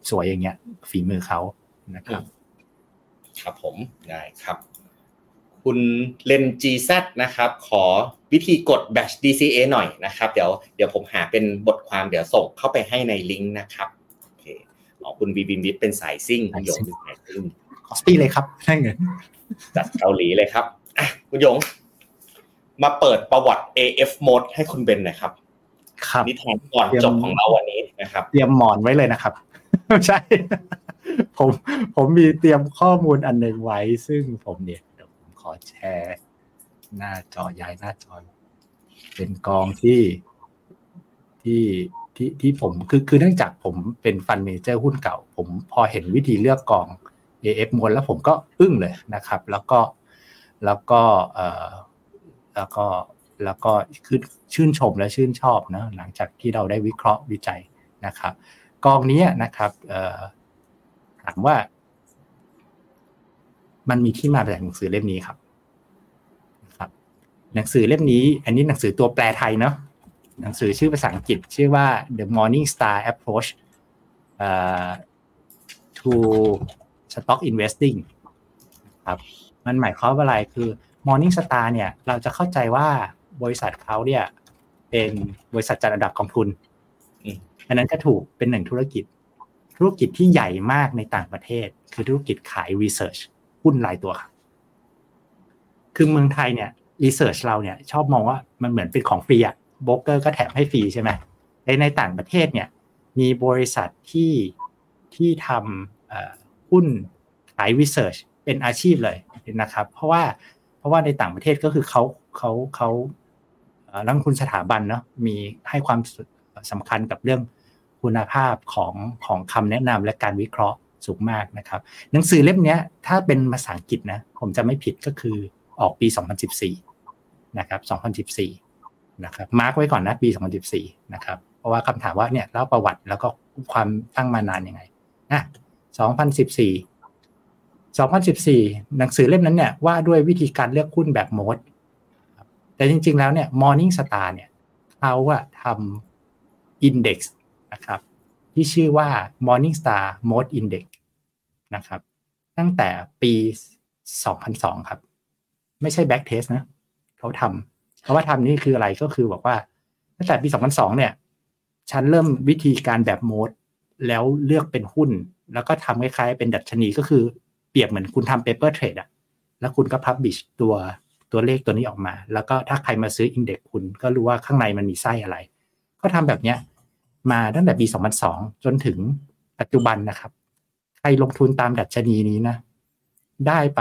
สวยอย่างเงี้ยฝีมือเขานะครับครับผมได้ครับคุณเลน GZ นะครับขอวิธีกด Batch DCA หน่อยนะครับเดี๋ยวผมหาเป็นบทความเดี๋ยวส่งเข้าไปให้ในลิงก์นะครับโอเคคุณวีวินวิทย์เป็นสายซิ่งคุณหยงเป็นสายซิ่งคอสปี้เลยครับใช่ไงจัดเกาหลีเลยครับคุณหยงมาเปิดประวัติ AF Mode ให้คุณเบนหน่อยครับนิทานก่อนจบของเราวันนี้นะครับเตรียมหมอนไว้เลยนะครับใช่ผมมีเตรียมข้อมูลอันนึงไว้ซึ่งผมเนี่ยเดี๋ยวผมขอแชร์หน้าจอย้ายหน้าจอเป็นกองที่ผมคือเนื่องจากผมเป็นฟันเมเจอร์หุ้นเก่าผมพอเห็นวิธีเลือกกอง AF Mode แล้วผมก็อึ้งเลยนะครับแล้วก็คือชื่นชมและชื่นชอบนะหลังจากที่เราได้วิเคราะห์วิจัยนะครับกองนี้นะครับถามว่ามันมีที่มาจากหนังสือเล่มนี้ครับหนังสือเล่มนี้อันนี้หนังสือตัวแปลไทยเนาะหนังสือชื่อภาษาอังกฤษชื่อว่า The Morning Star Approach to Stock Investing ครับมันหมายความว่าอะไรคือ Morning Star เนี่ยเราจะเข้าใจว่าบริษัทเขาเนี่ยเป็นบริษัทจัดอันดับกองทุนอันนั้นก็ถูกเป็นหนึ่งธุรกิจที่ใหญ่มากในต่างประเทศคือธุรกิจขาย research หุ้นรายตัวครับคือเมืองไทยเนี่ย research เราเนี่ยชอบมองว่ามันเหมือนเป็นของฟรีอะโบรกเกอร์ก็แถมให้ฟรีใช่ไหมในต่างประเทศเนี่ยมีบริษัทที่ทำหุ้นขาย research เป็นอาชีพเลยนะครับเพราะว่าในต่างประเทศก็คือเขานักลงทุนสถาบันเนาะมีให้ความสำคัญกับเรื่องคุณภาพของคำแนะนำและการวิเคราะห์สูงมากนะครับหนังสือเล่มนี้ถ้าเป็นภาษาอังกฤษนะผมจะไม่ผิดก็คือออกปี2014นะครับ2014นะครับมาร์กไว้ก่อนนะปี2014นะครับเพราะว่าคำถามว่าเนี่ยเล่าประวัติแล้วก็ความตั้งมานานยังไง2014หนังสือเล่มนั้นเนี่ยว่าด้วยวิธีการเลือกหุ้นแบบโมดแต่จริงๆแล้วเนี่ย Morning Star เนี่ยเขาทำ index นะครับที่ชื่อว่า Morning Star Mode Index นะครับตั้งแต่ปี2002ครับไม่ใช่ back test นะเขาทำว่าทำนี่คืออะไรก็คือบอกว่าตั้งแต่ปี2002เนี่ยฉันเริ่มวิธีการแบบโมดแล้วเลือกเป็นหุ้นแล้วก็ทำคล้ายๆเป็นดัชนีก็คือเปรียบเหมือนคุณทำ paper trade อะแล้วคุณก็ publish ตัวเลขตัวนี้ออกมาแล้วก็ถ้าใครมาซื้อ index คุณก็รู้ว่าข้างในมันมีไส้อะไรก็ทำแบบเนี้ยมาตั้งแต่ปี2002จนถึงปัจจุบันนะครับใครลงทุนตามดัชนีนี้นะได้ไป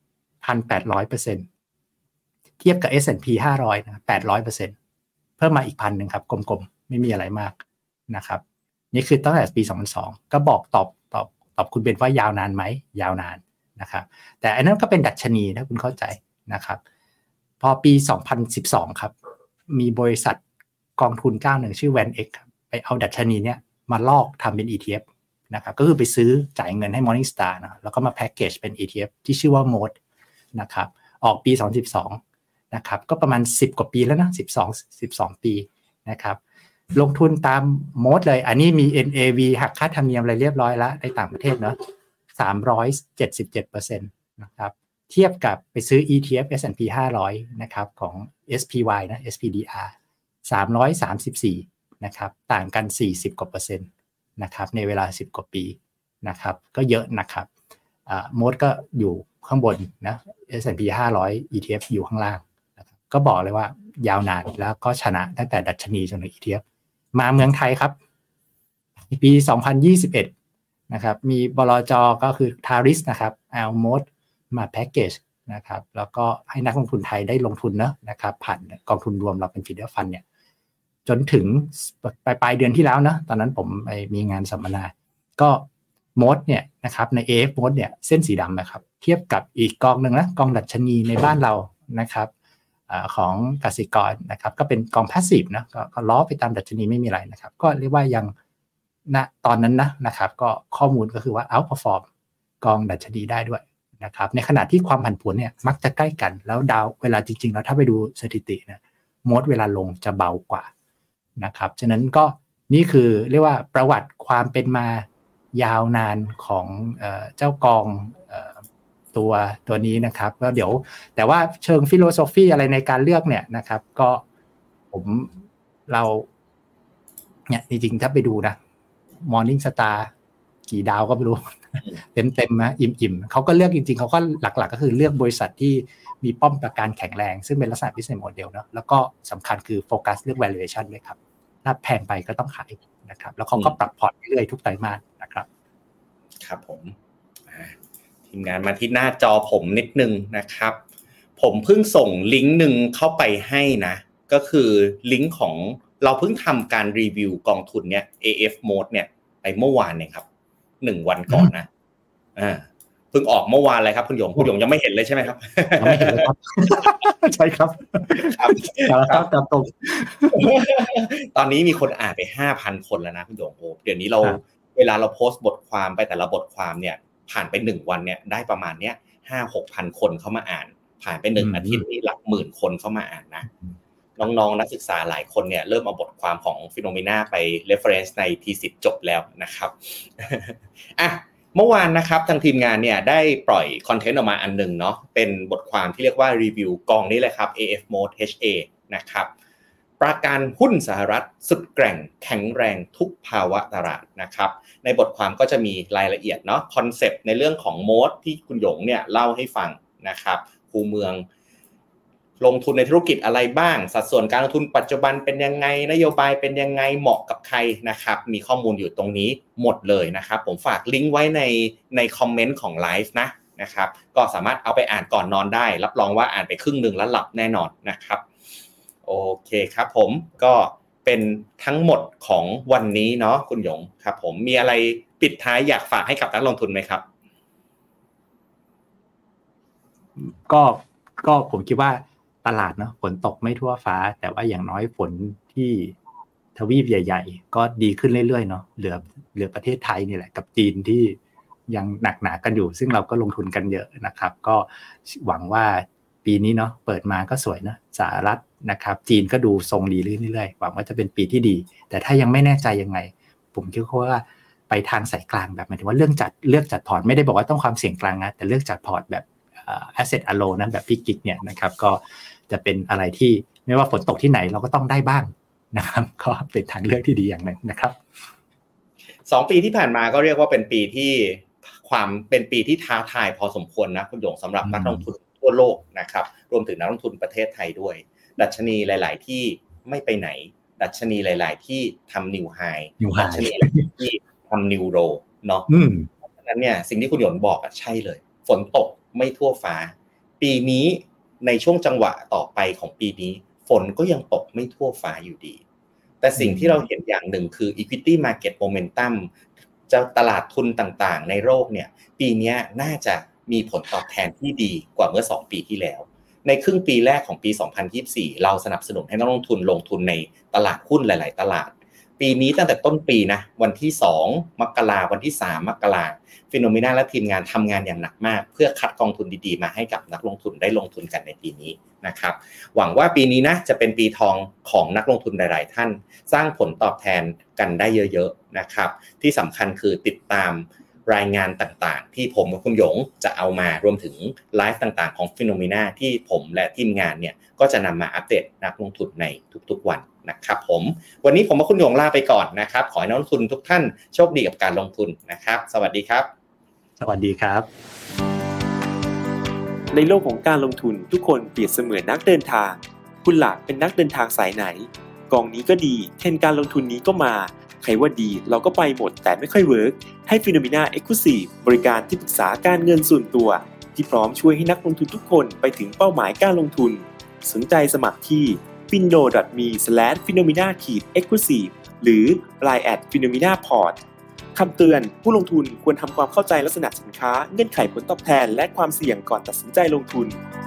1,800% เทียบกับ S&P 500นะ 800% เพิ่มมาอีก 1,000 นึงครับกลมๆไม่มีอะไรมากนะครับนี่คือตั้งแต่ปี2002ก็บอกตอบคุณเบนว่ายาวนานไหมยาวนานนะครับแต่อันนั้นก็เป็นดัชนีถ้าคุณเข้าใจนะครับพอปี2012ครับมีบริษัทกองทุนเจ้าหนึ่งชื่อ VanEck ครับไปเอาดัชนีเนี้ยมาลอกทำเป็น ETF นะครับก็คือไปซื้อจ่ายเงินให้ Morningstar นะแล้วก็มาแพ็คเกจเป็น ETF ที่ชื่อว่า Mode นะครับออกปี2012นะครับก็ประมาณ10กว่าปีแล้วนะ12ปีนะครับลงทุนตาม Mode เลยอันนี้มี NAV หักค่าธรรมเนียมอะไรเรียบร้อยแล้วในต่างประเทศเนาะ 377% นะครับเทียบกับไปซื้อ ETF S&P 500นะครับของ SPY นะ SPDR 334นะครับต่างกัน40กว่าเปอร์เซ็นต์นะครับในเวลา10กว่าปีนะครับก็เยอะนะครับโมดก็อยู่ข้างบนนะ S&P 500 ETF อยู่ข้างล่างนะครับก็บอกเลยว่ายาวนานแล้วก็ชนะตั้งแต่ดัชนีจนถึง ETF มาเมืองไทยครับปี2021นะครับมีบลจ.ก็คือ Taris นะครับเอาโมดมาแพ็คเกจนะครับแล้วก็ให้นักลงทุนไทยได้ลงทุนนะครับผ่านกองทุนรวมเราเป็นฟีเดอร์ฟันเนี่ยจนถึงปลายเดือนที่แล้วนะตอนนั้นผมไปมีงานสัมมนาก็โมดเนี่ยนะครับใน AF โมดเนี่ยเส้นสีดำนะครับเทียบกับอีกกองหนึ่งนะกองดัชนีในบ้านเรานะครับของกสิกรนะครับก็เป็นกองพาสซีฟนะก็ล้อไปตามดัชนีไม่มีอะไรนะครับก็เรียกว่ายังณตอนนั้นนะครับก็ข้อมูลก็คือว่าเอาท์เพอร์ฟอร์มกองดัชนีได้ด้วยนะครับในขณะที่ความผันผวนเนี่ยมักจะใกล้กันแล้วดาวเวลาจริงๆแล้วถ้าไปดูสถิตินะโมดเวลาลงจะเบากว่านะครับฉะนั้นก็นี่คือเรียกว่าประวัติความเป็นมายาวนานของเจ้ากองตัวนี้นะครับก็เดี๋ยวแต่ว่าเชิงฟิโลโซฟีอะไรในการเลือกเนี่ยนะครับก็เราเนี่ยจริงๆถ้าไปดูนะ Morning Star กี่ดาวก็ไม่รู้ เต็มนะอิ่มๆเขาก็เลือกจริงๆเขาก็หลักๆก็คือเลือกบริษัทที่มีป้อมปราการแข็งแรงซึ่งเป็นลักษณะ business model เนาะแล้วก็สำคัญคือโฟกัสเรื่อง valuation ด้วยครับถ้าแพงไปก็ต้องขายนะครับแล้วเขาก็ปรับพอร์ตเรื่อยๆทุกไตรมาสนะครับครับผมทีมงานมาที่หน้าจอผมนิดนึงนะครับผมเพิ่งส่งลิงก์นึงเข้าไปให้นะก็คือลิงก์ของเราเพิ่งทำการรีวิวกองทุนเนี่ย AF Mode เนี่ยไปเมื่อวานเนี่ยครับ1วันก่อนนะเพิ่งออกเมื่อวานเลยครับคุณหยงยังไม่เห็นเลยใช่ไหมครับยังไม่เห็นเลยครับใช่ครับครับตรงตอนนี้มีคนอ่านไป 5,000 คนแล้วนะคุณหยงโอ้เดี๋ยวนี้เราเวลาเราโพสต์บทความไปแต่ละบทความเนี่ยผ่านไป1วันเนี่ยได้ประมาณเนี้ย 5-6,000 คนเข้ามาอ่านผ่านไป1อาทิตย์นี่หลักหมื่นคนเข้ามาอ่านนะน้องๆนักศึกษาหลายคนเนี่ยเริ่มเอาบทความของ Phenomena ไป reference ใน thesis จบแล้วนะครับเมื่อวานนะครับทางทีมงานเนี่ยได้ปล่อยคอนเทนต์ออกมาอันนึงเนาะเป็นบทความที่เรียกว่ารีวิวกองนี้เลยครับ AF Mode HA นะครับประกันหุ้นสหรัฐสุดแกร่งแข็งแรงทุกภาวะตลาดนะครับในบทความก็จะมีรายละเอียดเนาะคอนเซปต์ในเรื่องของโมดที่คุณหยงเนี่ยเล่าให้ฟังนะครับคูเมืองลงทุนในธุรกิจอะไรบ้างสัดส่วนการลงทุนปัจจุบันเป็นยังไงนโยบายเป็นยังไงเหมาะกับใครนะครับมีข้อมูลอยู่ตรงนี้หมดเลยนะครับผมฝากลิงก์ไว้ในคอมเมนต์ของไลฟ์นะครับก็สามารถเอาไปอ่านก่อนนอนได้รับรองว่าอ่านไปครึ่งนึงแล้วหลับแน่นอนนะครับโอเคครับผมก็เป็นทั้งหมดของวันนี้เนาะคุณหยงครับผมมีอะไรปิดท้ายอยากฝากให้กับนักลงทุนไหมครับก็ผมคิดว่าตลาดเนาะฝนตกไม่ทั่วฟ้าแต่ว่าอย่างน้อยฝนที่ทวีปใหญ่ๆก็ดีขึ้นเรื่อยๆเนาะเหลือประเทศไทยนี่แหละกับจีนที่ยังหนักหนากันอยู่ซึ่งเราก็ลงทุนกันเยอะนะครับก็หวังว่าปีนี้เนาะเปิดมาก็สวยนะสหรัฐนะครับจีนก็ดูทรงดีเรื่อยๆหวังว่าจะเป็นปีที่ดีแต่ถ้ายังไม่แน่ใจยังไงผมคิดว่าไปทางสายกลางแบบหมายถึงว่าเลือกจัดพอร์ตไม่ได้บอกว่าต้องความเสี่ยงกลางนะแต่เลือกจัดพอร์ตแบบasset alone นะแบบพี่กิ๊กเนี่ยนะครับก็จะเป็นอะไรที่ไม่ว่าฝนตกที่ไหนเราก็ต้องได้บ้างนะครับก็เป็นทางเลือกที่ดีอย่างนึงนะครับ 2ปีที่ผ่านมาก็เรียกว่าเป็นปีที่ท้าทายพอสมควรนะคุณหยงสำหรับนักลงทุนทั่วโลกนะครับรวมถึงนักลงทุนประเทศไทยด้วยดัชนีหลายๆที่ไม่ไปไหนดัชนีหลายๆที่ทำนิวไฮดัชนีที่ทำนิวโรเนาะเพราะฉะนั้นเนี่ยสิ่งที่คุณหยงบอกใช่เลยฝนตกไม่ทั่วฟ้าปีนี้ในช่วงจังหวะต่อไปของปีนี้ฝนก็ยังตกไม่ทั่วฟ้าอยู่ดีแต่สิ่งที่เราเห็นอย่างหนึ่งคือ equity market momentum เจ้าตลาดทุนต่างๆในโลกเนี่ยปีนี้น่าจะมีผลตอบแทนที่ดีกว่าเมื่อ2ปีที่แล้วในครึ่งปีแรกของปี2024เราสนับสนุนให้นักลงทุนลงทุนในตลาดหุ้นหลายๆตลาดปีนี้ตั้งแต่ต้นปีนะวันที่2มกราคมวันที่3มกราคมPhenomena และทีมงานทำงานอย่างหนักมากเพื่อคัดกองทุนดีๆมาให้กับนักลงทุนได้ลงทุนกันในปีนี้นะครับหวังว่าปีนี้นะจะเป็นปีทองของนักลงทุนหลายๆท่านสร้างผลตอบแทนกันได้เยอะๆนะครับที่สำคัญคือติดตามรายงานต่างๆที่ผมกับคุณหยงจะเอามารวมถึงไลฟ์ต่างๆของ Phenomena ที่ผมและทีมงานเนี่ยก็จะนำมาอัปเดตนักลงทุนในทุกๆวันนะครับผมวันนี้ผมกับคุณหยงลาไปก่อนนะครับขอให้นักลงทุนทุกท่านโชคดีกับการลงทุนนะครับสวัสดีครับสวัสดีครับในโลกของการลงทุนทุกคนเปรียบเสมือนนักเดินทางคุณล่ะเป็นนักเดินทางสายไหนกองนี้ก็ดีเทรนด์การลงทุนนี้ก็มาใครว่าดีเราก็ไปหมดแต่ไม่ค่อยเวิร์กให้ Phenomena Exclusive บริการที่ปรึกษาการเงินส่วนตัวที่พร้อมช่วยให้นักลงทุนทุกคนไปถึงเป้าหมายการลงทุนสนใจสมัครที่ findo.me/phenomena-exclusive หรือ line @phenomena-port คำเตือนผู้ลงทุนควรทำความเข้าใจลักษณะสินค้าเงื่อนไขผลตอบแทนและความเสี่ยงก่อนตัดสินใจลงทุน